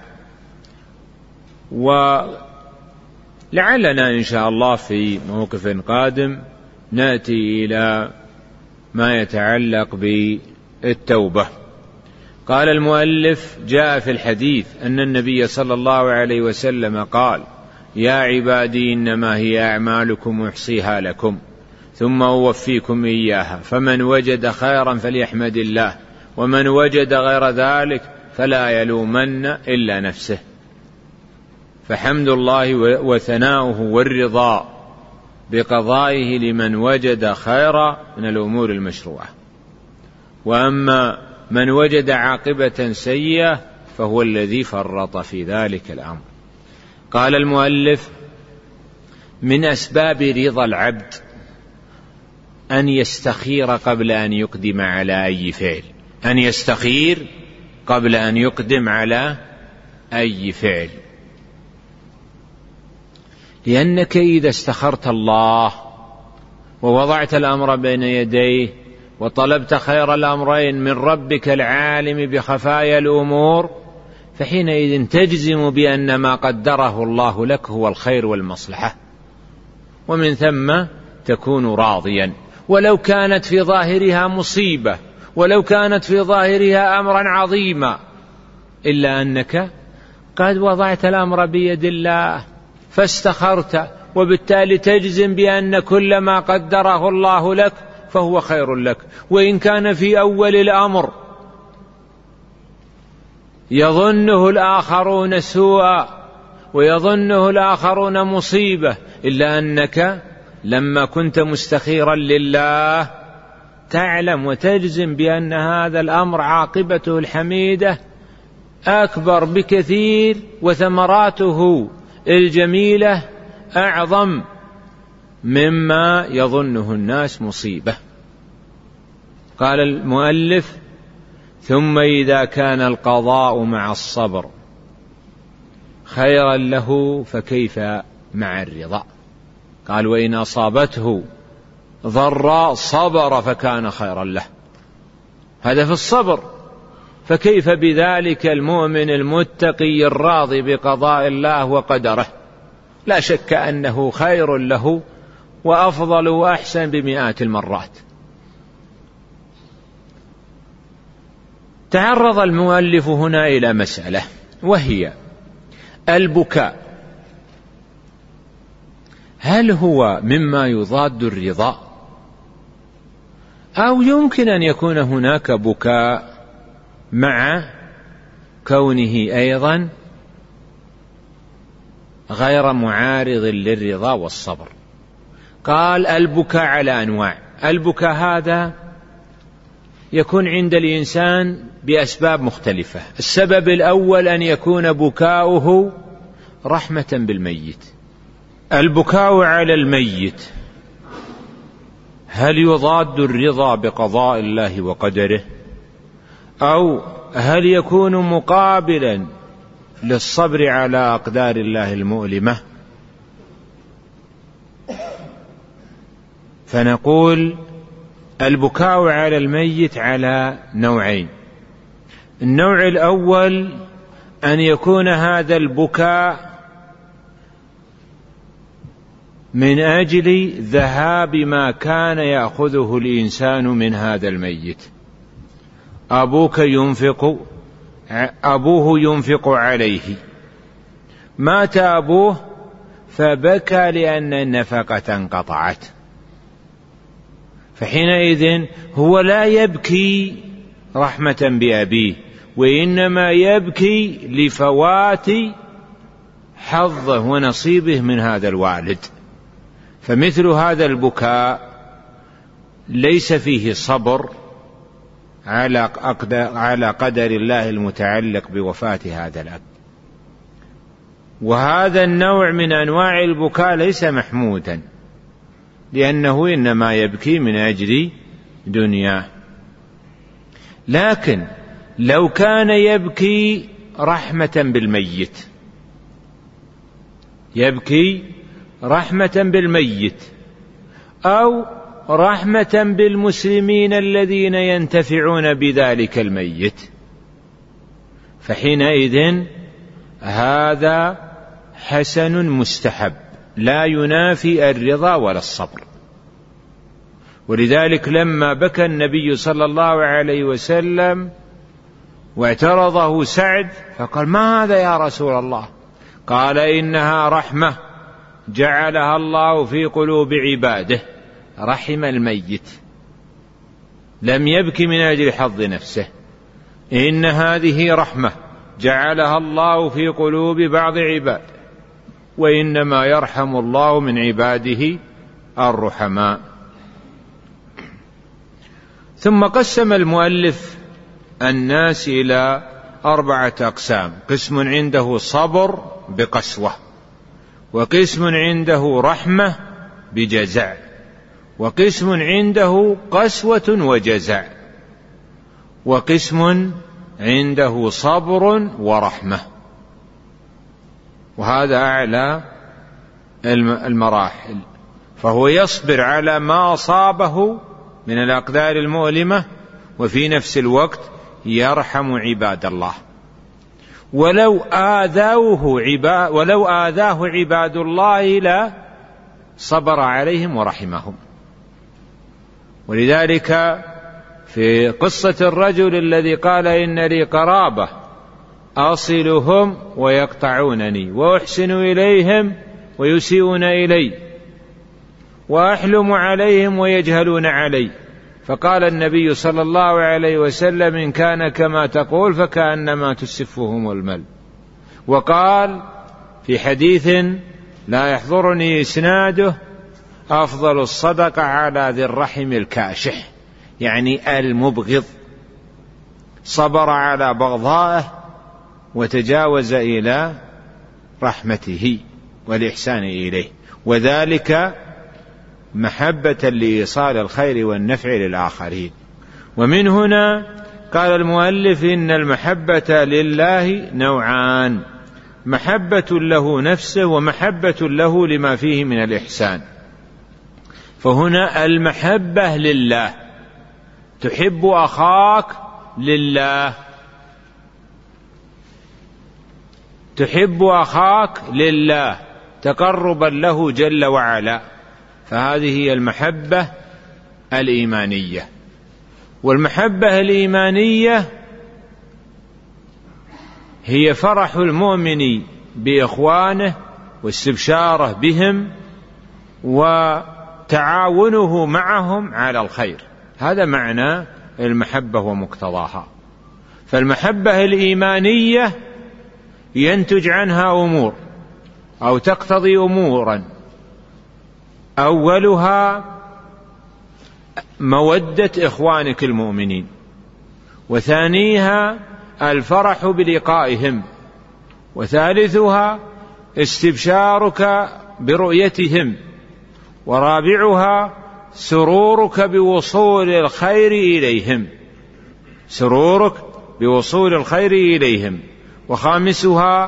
ولعلنا إن شاء الله في موقف قادم نأتي إلى ما يتعلق بالتوبة. قال المؤلف جاء في الحديث أن النبي صلى الله عليه وسلم قال يا عبادي إنما هي أعمالكم أحصيها لكم ثم أوفيكم إياها، فمن وجد خيرا فليحمد الله، ومن وجد غير ذلك فلا يلومن إلا نفسه. فحمد الله وثناؤه والرضا بقضائه لمن وجد خيرا من الأمور المشروعة، وأما من وجد عاقبة سيئة فهو الذي فرط في ذلك الأمر. قال المؤلف من أسباب رضا العبد أن يستخير قبل أن يقدم على أي فعل، أن يستخير قبل أن يقدم على أي فعل، لأنك إذا استخرت الله ووضعت الأمر بين يديه وطلبت خير الأمرين من ربك العالم بخفايا الأمور، فحينئذ تجزم بأن ما قدره الله لك هو الخير والمصلحة، ومن ثم تكون راضيا، ولو كانت في ظاهرها مصيبة، ولو كانت في ظاهرها أمرا عظيما، إلا أنك قد وضعت الأمر بيد الله فاستخرت، وبالتالي تجزم بأن كل ما قدره الله لك فهو خير لك، وإن كان في أول الأمر يظنه الآخرون سوءا ويظنه الآخرون مصيبة، إلا أنك لما كنت مستخيرا لله تعلم وتجزم بأن هذا الأمر عاقبته الحميدة أكبر بكثير وثمراته الجميلة أعظم مما يظنه الناس مصيبة. قال المؤلف: ثم إذا كان القضاء مع الصبر خيرا له فكيف مع الرضا؟ قال: وإن أصابته ضراء صبر فكان خيرا له. هذا في الصبر، فكيف بذلك المؤمن المتقي الراضي بقضاء الله وقدره؟ لا شك أنه خير له وأفضل وأحسن بمئات المرات. تعرض المؤلف هنا إلى مسألة، وهي البكاء، هل هو مما يضاد الرضا، أو يمكن أن يكون هناك بكاء مع كونه أيضا غير معارض للرضا والصبر؟ قال: البكاء على أنواع. البكاء هذا يكون عند الإنسان بأسباب مختلفة. السبب الأول أن يكون بكاؤه رحمة بالميت. البكاء على الميت هل يضاد الرضا بقضاء الله وقدره، أو هل يكون مقابلا للصبر على أقدار الله المؤلمة؟ فنقول البكاء على الميت على نوعين. النوع الأول أن يكون هذا البكاء من أجل ذهاب ما كان يأخذه الإنسان من هذا الميت. أبوك ينفق أبوه ينفق عليه، مات أبوه فبكى لأن النفقة انقطعت، فحينئذ هو لا يبكي رحمة بأبيه، وإنما يبكي لفوات حظه ونصيبه من هذا الوالد. فمثل هذا البكاء ليس فيه صبر على قدر الله المتعلق بوفاة هذا الأب، وهذا النوع من أنواع البكاء ليس محمودا، لأنه إنما يبكي من أجل دنياه. لكن لو كان يبكي رحمة بالميت، يبكي رحمة بالميت أو رحمة بالمسلمين الذين ينتفعون بذلك الميت، فحينئذ هذا حسن مستحب لا ينافي الرضا ولا الصبر. ولذلك لما بكى النبي صلى الله عليه وسلم واعترضه سعد فقال: ما هذا يا رسول الله؟ قال: إنها رحمة جعلها الله في قلوب عباده، رحم الميت، لم يبكي من أجل حظ نفسه، إن هذه رحمة جعلها الله في قلوب بعض عباده، وإنما يرحم الله من عباده الرحماء. ثم قسم المؤلف الناس إلى أربعة أقسام: قسم عنده صبر بقسوة، وقسم عنده رحمة بجزع، وقسم عنده قسوة وجزع، وقسم عنده صبر ورحمة. وهذا أعلى المراحل، فهو يصبر على ما أصابه من الأقدار المؤلمة، وفي نفس الوقت يرحم عباد الله. ولو آذوه عباد ولو آذاه عباد الله لا صبر عليهم ورحمهم. ولذلك في قصة الرجل الذي قال: إن لي قرابة أصلهم ويقطعونني، وأحسن إليهم ويسيئون إلي، وأحلم عليهم ويجهلون علي، فقال النبي صلى الله عليه وسلم: إن كان كما تقول فكأنما تسفهم المل. وقال في حديث لا يحضرني إسناده: أفضل الصدقة على ذي الرحم الكاشح، يعني المبغض، صبر على بغضائه وتجاوز إلى رحمته والإحسان إليه، وذلك محبة لإيصال الخير والنفع للآخرين. ومن هنا قال المؤلف: إن المحبة لله نوعان: محبة له نفسه ومحبة له لما فيه من الإحسان. فهنا المحبة لله، تحب أخاك لله، تحب أخاك لله تقربا له جل وعلا، فهذه هي المحبة الإيمانية. والمحبة الإيمانية هي فرح المؤمن بإخوانه واستبشاره بهم وتعاونه معهم على الخير، هذا معنى المحبة ومقتضاها. فالمحبة الإيمانية ينتج عنها أمور أو تقتضي أمورا: أولها مودة إخوانك المؤمنين، وثانيها الفرح بلقائهم، وثالثها استبشارك برؤيتهم، ورابعها سرورك بوصول الخير إليهم، سرورك بوصول الخير إليهم، وخامسها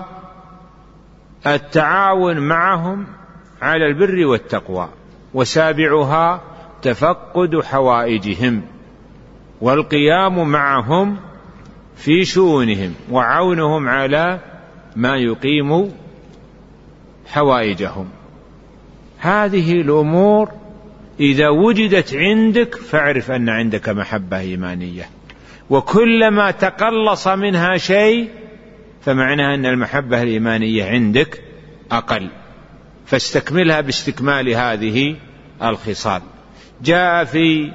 التعاون معهم على البر والتقوى، وسابعها تفقد حوائجهم والقيام معهم في شؤونهم وعونهم على ما يقيم حوائجهم. هذه الأمور إذا وجدت عندك فاعرف أن عندك محبة إيمانية، وكلما تقلص منها شيء فمعناه أن المحبة الإيمانية عندك أقل، فاستكملها باستكمال هذه الخصال. جاء في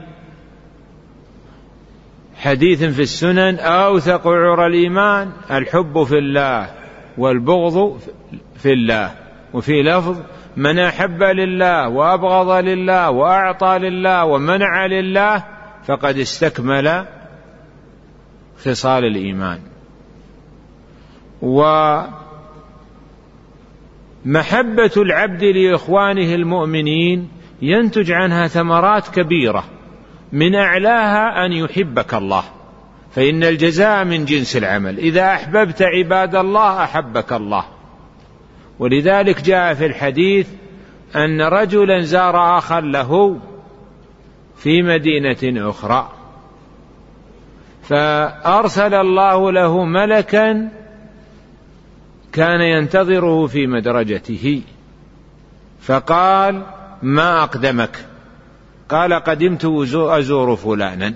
حديث في السنن: أوثق عرى الإيمان الحب في الله والبغض في الله، وفي لفظ: من أحب لله وأبغض لله وأعطى لله ومنع لله فقد استكمل خصال الإيمان. ومحبة العبد لإخوانه المؤمنين ينتج عنها ثمرات كبيرة، من أعلاها أن يحبك الله، فإن الجزاء من جنس العمل، إذا أحببت عباد الله أحبك الله. ولذلك جاء في الحديث أن رجلا زار أخا له في مدينة أخرى، فأرسل الله له ملكا كان ينتظره في مدرجته، فقال: ما أقدمك؟ قال: قدمت أزور فلانا.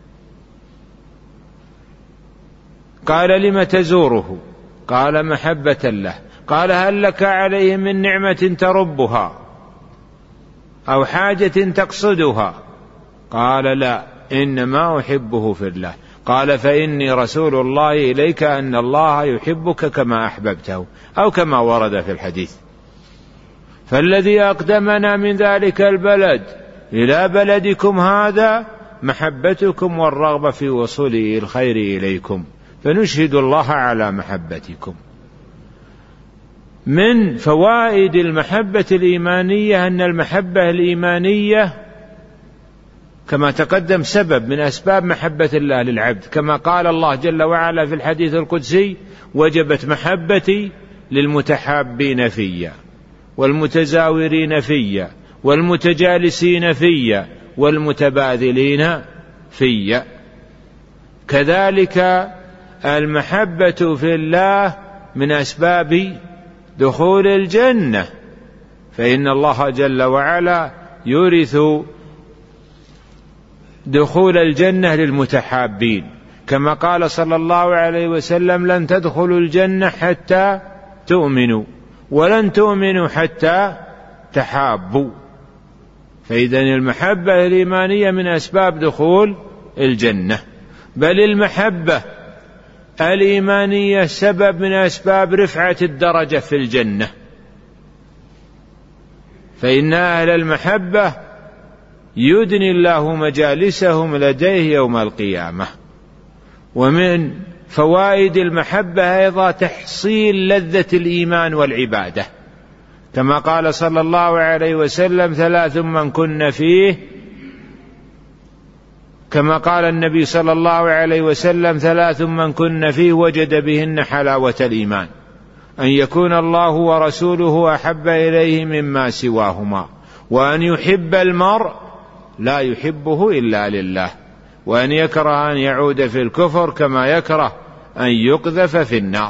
قال: لم تزوره؟ قال: محبة له. قال: هل لك عليه من نعمة تربها أو حاجة تقصدها؟ قال: لا، إنما أحبه في الله. قال: فإني رسول الله إليك أن الله يحبك كما أحببته، أو كما ورد في الحديث. فالذي أقدمنا من ذلك البلد إلى بلدكم هذا محبتكم والرغبة في وصول الخير إليكم، فنشهد الله على محبتكم. من فوائد المحبة الإيمانية أن المحبة الإيمانية كما تقدم سبب من أسباب محبة الله للعبد، كما قال الله جل وعلا في الحديث القدسي: وجبت محبتي للمتحابين فيا والمتزاورين فيا والمتجالسين فيا والمتباذلين فيا. كذلك المحبة في الله من أسباب دخول الجنة، فإن الله جل وعلا يورث دخول الجنة للمتحابين، كما قال صلى الله عليه وسلم: لن تدخلوا الجنة حتى تؤمنوا ولن تؤمنوا حتى تحابوا. فإذن المحبة الإيمانية من أسباب دخول الجنة، بل المحبة الإيمانية سبب من أسباب رفعة الدرجة في الجنة، فإن أهل المحبة يدني الله مجالسهم لديه يوم القيامة. ومن فوائد المحبة أيضا تحصيل لذة الإيمان والعبادة، كما قال صلى الله عليه وسلم: ثلاث من كن فيه، كما قال النبي صلى الله عليه وسلم: ثلاث من كن فيه وجد بهن حلاوة الإيمان، أن يكون الله ورسوله أحب إليه مما سواهما، وأن يحب المرء لا يحبه إلا لله، وأن يكره أن يعود في الكفر كما يكره أن يقذف في النار.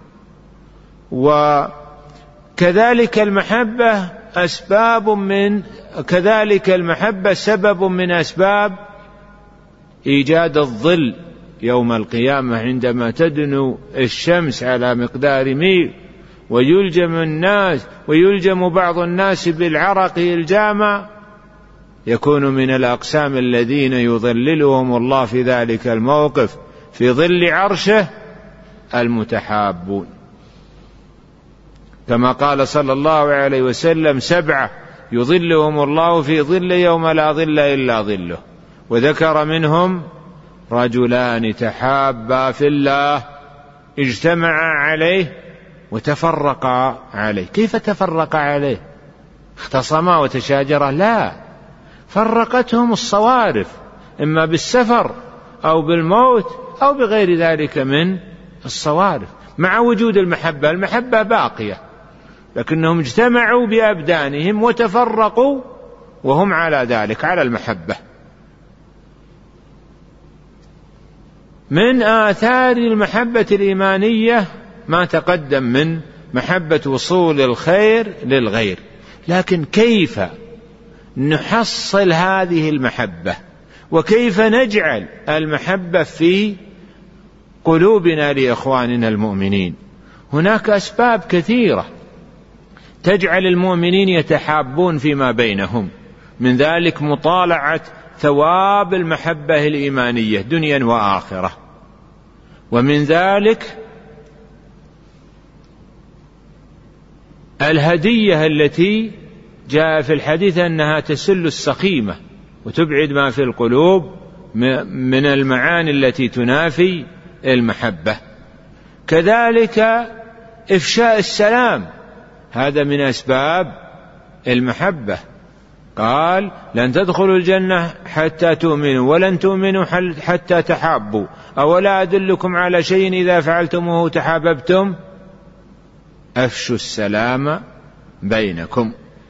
وكذلك المحبة أسباب من كذلك المحبة سبب من أسباب إيجاد الظل يوم القيامة، عندما تدنو الشمس على مقدار ميل ويلجم الناس ويلجم بعض الناس بالعرق الجامع، يكون من الأقسام الذين يظللهم الله في ذلك الموقف في ظل عرشه المتحابون، كما قال صلى الله عليه وسلم: سبعة يظلهم الله في ظل يوم لا ظل إلا ظله، وذكر منهم: رجلان تحابا في الله اجتمعا عليه وتفرقا عليه. كيف تفرقا عليه؟ اختصما وتشاجرا؟ لا، فرقتهم الصوارف، إما بالسفر أو بالموت أو بغير ذلك من الصوارف، مع وجود المحبة. المحبة باقية، لكنهم اجتمعوا بأبدانهم وتفرقوا وهم على ذلك، على المحبة. من آثار المحبة الإيمانية ما تقدم من محبة وصول الخير للغير، لكن كيف نحصل هذه المحبة وكيف نجعل المحبة في قلوبنا لإخواننا المؤمنين؟ هناك أسباب كثيرة تجعل المؤمنين يتحابون فيما بينهم، من ذلك مطالعة ثواب المحبة الإيمانية دنيا وآخرة، ومن ذلك الهدية التي جاء في الحديث أنها تسل السقيمة وتبعد ما في القلوب من المعاني التي تنافي المحبة. كذلك إفشاء السلام، هذا من أسباب المحبة. قال: لن تدخلوا الجنة حتى تؤمنوا ولن تؤمنوا حتى تحابوا، أولا أدلكم على شيء إذا فعلتموه تحاببتم؟ أفشوا السلام بينكم.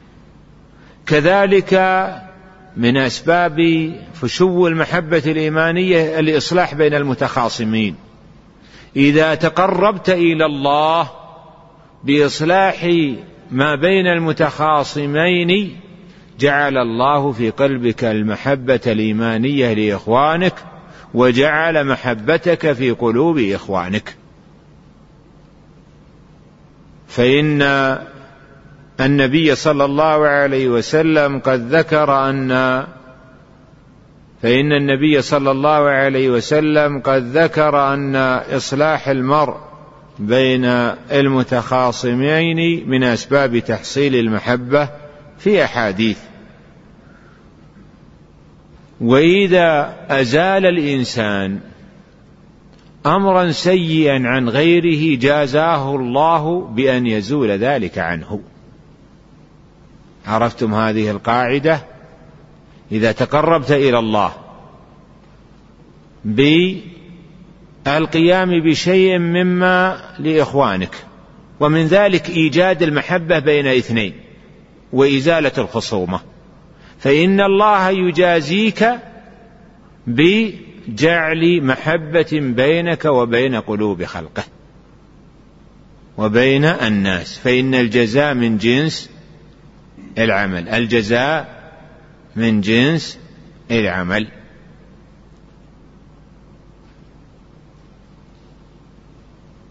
كذلك من أسباب فشو المحبة الإيمانية الإصلاح بين المتخاصمين. إذا تقربت إلى الله بإصلاح ما بين المتخاصمين جعل الله في قلبك المحبة الإيمانية لإخوانك، وجعل محبتك في قلوب إخوانك. فإن النبي صلى الله عليه وسلم قد ذكر أن فإن النبي صلى الله عليه وسلم قد ذكر أن إصلاح المرء بين المتخاصمين من أسباب تحصيل المحبة في أحاديث. وإذا أزال الإنسان أمرا سيئا عن غيره جازاه الله بأن يزول ذلك عنه. عرفتم هذه القاعدة؟ إذا تقربت إلى الله بالقيام بشيء مما لإخوانك، ومن ذلك إيجاد المحبة بين اثنين وإزالة الخصومة، فإن الله يجازيك بجعل محبة بينك وبين قلوب خلقه وبين الناس، فإن الجزاء من جنس العمل، الجزاء من جنس العمل.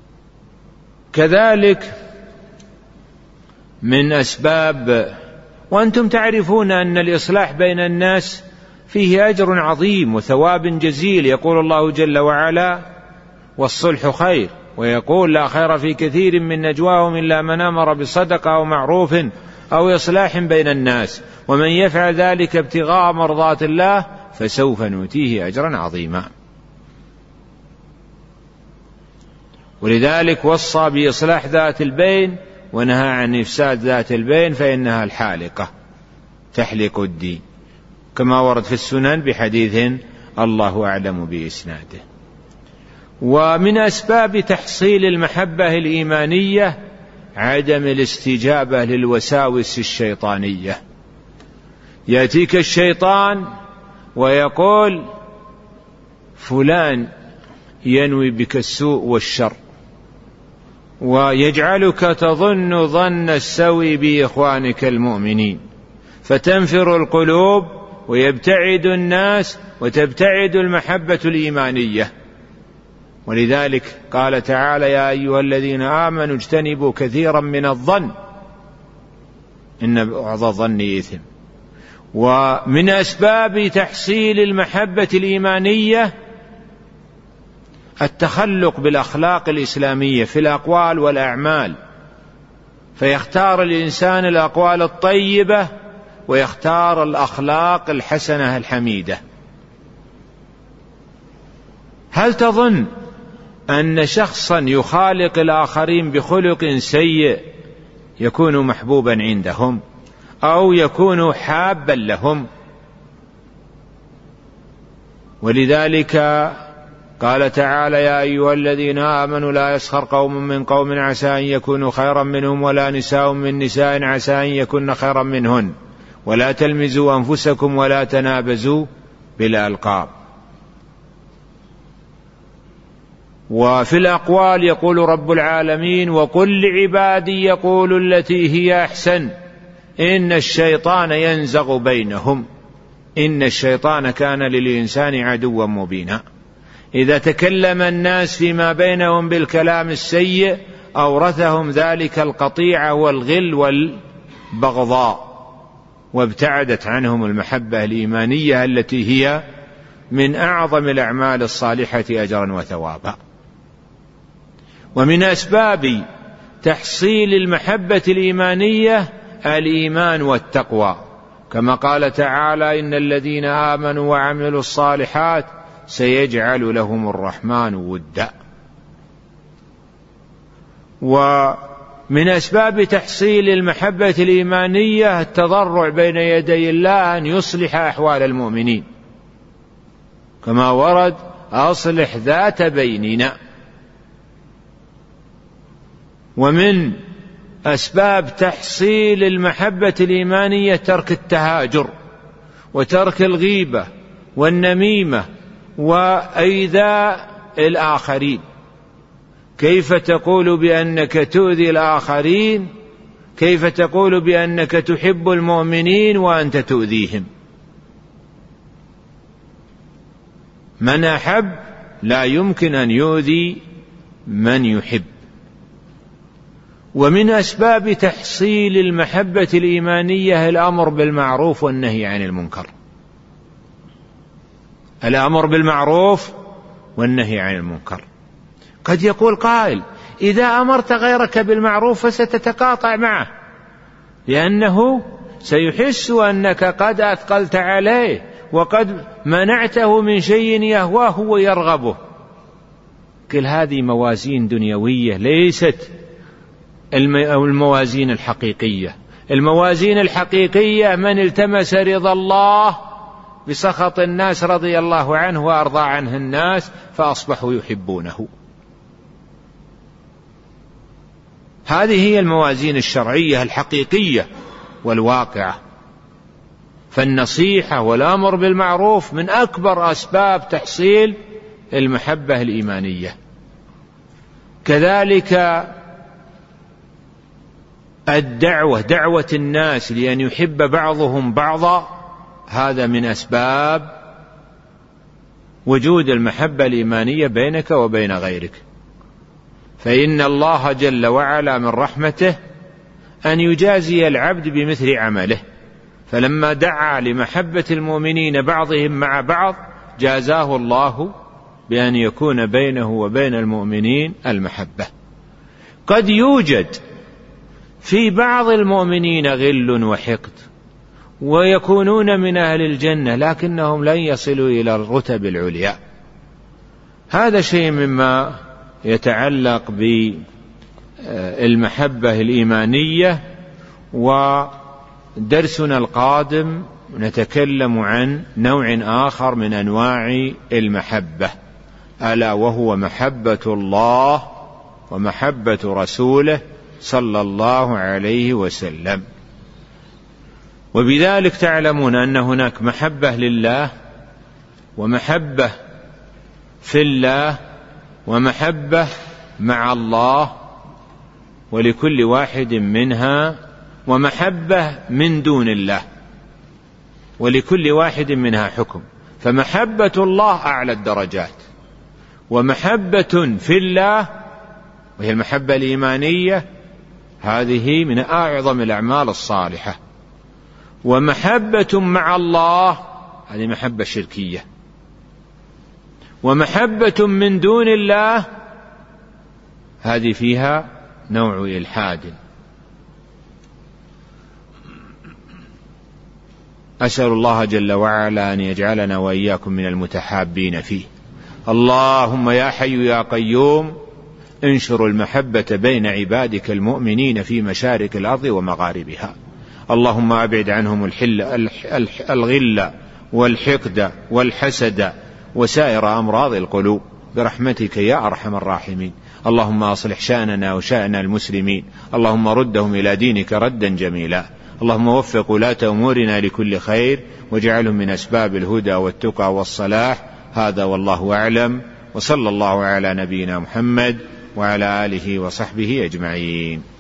كذلك من أسباب، وأنتم تعرفون أن الإصلاح بين الناس فيه أجر عظيم وثواب جزيل. يقول الله جل وعلا: والصلح خير، ويقول: لا خير في كثير من نجواهم إلا من أمر بصدقة أو معروف أو إصلاح بين الناس، ومن يفعل ذلك ابتغاء مرضات الله فسوف نؤتيه أجرا عظيما. ولذلك وصى بإصلاح ذات البين ونهى عن إفساد ذات البين، فإنها الحالقة تحلق الدين، كما ورد في السنن بحديث الله أعلم بإسناده. ومن أسباب تحصيل المحبة الإيمانية عدم الاستجابة للوساوس الشيطانية. يأتيك الشيطان ويقول: فلان ينوي بك السوء والشر، ويجعلك تظن ظن السوء بإخوانك المؤمنين، فتنفر القلوب ويبتعد الناس وتبتعد المحبة الإيمانية. ولذلك قال تعالى: يا أيها الذين آمنوا اجتنبوا كثيرا من الظن إن بعض الظن إثم. ومن أسباب تحصيل المحبة الإيمانية التخلق بالأخلاق الإسلامية في الأقوال والأعمال، فيختار الإنسان الأقوال الطيبة ويختار الأخلاق الحسنة الحميدة. هل تظن أن شخصا يخالق الآخرين بخلق سيء يكون محبوبا عندهم أو يكون حابا لهم؟ ولذلك قال تعالى: يا أيها الذين آمنوا لا يسخر قوم من قوم عسى أن يكونوا خيرا منهم ولا نساء من نساء عسى أن يكون خيرا منهن ولا تلمزوا أنفسكم ولا تنابزوا بالألقاب. وفي الأقوال يقول رب العالمين: وقل لعبادي يقولوا التي هي أحسن إن الشيطان ينزغ بينهم إن الشيطان كان للإنسان عدوا مبينا. إذا تكلم الناس فيما بينهم بالكلام السيء أورثهم ذلك القطيعة والغل والبغضاء، وابتعدت عنهم المحبة الإيمانية التي هي من أعظم الأعمال الصالحة أجرا وثوابا. ومن أسباب تحصيل المحبة الإيمانية الإيمان والتقوى، كما قال تعالى: إن الذين آمنوا وعملوا الصالحات سيجعل لهم الرحمن ودا. ومن أسباب تحصيل المحبة الإيمانية التضرع بين يدي الله أن يصلح أحوال المؤمنين، كما ورد: أصلح ذات بيننا. ومن أسباب تحصيل المحبة الإيمانية ترك التهاجر وترك الغيبة والنميمة وإيذاء الآخرين. كيف تقول بأنك تؤذي الآخرين؟ كيف تقول بأنك تحب المؤمنين وأنت تؤذيهم؟ من أحب لا يمكن أن يؤذي من يحب. ومن أسباب تحصيل المحبة الإيمانية الأمر بالمعروف والنهي عن المنكر. الأمر بالمعروف والنهي عن المنكر. قد يقول قائل: إذا أمرت غيرك بالمعروف فستتقاطع معه، لأنه سيحس أنك قد أثقلت عليه وقد منعته من شيء يهواه ويرغبه. كل هذه موازين دنيوية ليست الموازين الحقيقية. الموازين الحقيقية من التمس رضا الله بسخط الناس رضي الله عنه وأرضى عنه الناس فأصبحوا يحبونه. هذه هي الموازين الشرعية الحقيقية والواقعة. فالنصيحة والأمر بالمعروف من أكبر أسباب تحصيل المحبة الإيمانية. كذلك الدعوة، دعوة الناس لأن يحب بعضهم بعضا، هذا من أسباب وجود المحبة الإيمانية بينك وبين غيرك. فإن الله جل وعلا من رحمته أن يجازي العبد بمثل عمله، فلما دعا لمحبة المؤمنين بعضهم مع بعض جازاه الله بأن يكون بينه وبين المؤمنين المحبة. قد يوجد في بعض المؤمنين غل وحقد ويكونون من أهل الجنة لكنهم لن يصلوا إلى الرتب العليا. هذا شيء مما يتعلق بالمحبة الإيمانية. ودرسنا القادم نتكلم عن نوع آخر من أنواع المحبة، ألا وهو محبة الله ومحبة رسوله صلى الله عليه وسلم. وبذلك تعلمون أن هناك محبة لله ومحبة في الله ومحبة مع الله، ولكل واحد منها ومحبة من دون الله، ولكل واحد منها حكم. فمحبة الله أعلى الدرجات، ومحبة في الله وهي المحبة الإيمانية هذه من أعظم الأعمال الصالحة. ومحبة مع الله هذه محبة شركية. ومحبة من دون الله هذه فيها نوع إلحاد. أسأل الله جل وعلا أن يجعلنا وإياكم من المتحابين فيه. اللهم يا حي يا قيوم انشر المحبة بين عبادك المؤمنين في مشارق الأرض ومغاربها. اللهم أبعد عنهم الحل الغل والحقد والحسد وسائر أمراض القلوب برحمتك يا أرحم الراحمين. اللهم أصلح شأننا وشأن المسلمين. اللهم ردهم إلى دينك ردا جميلا. اللهم وفق ولاة أمورنا لكل خير واجعلهم من أسباب الهدى والتقى والصلاح. هذا والله أعلم، وصلى الله على نبينا محمد وعلى آله وصحبه أجمعين.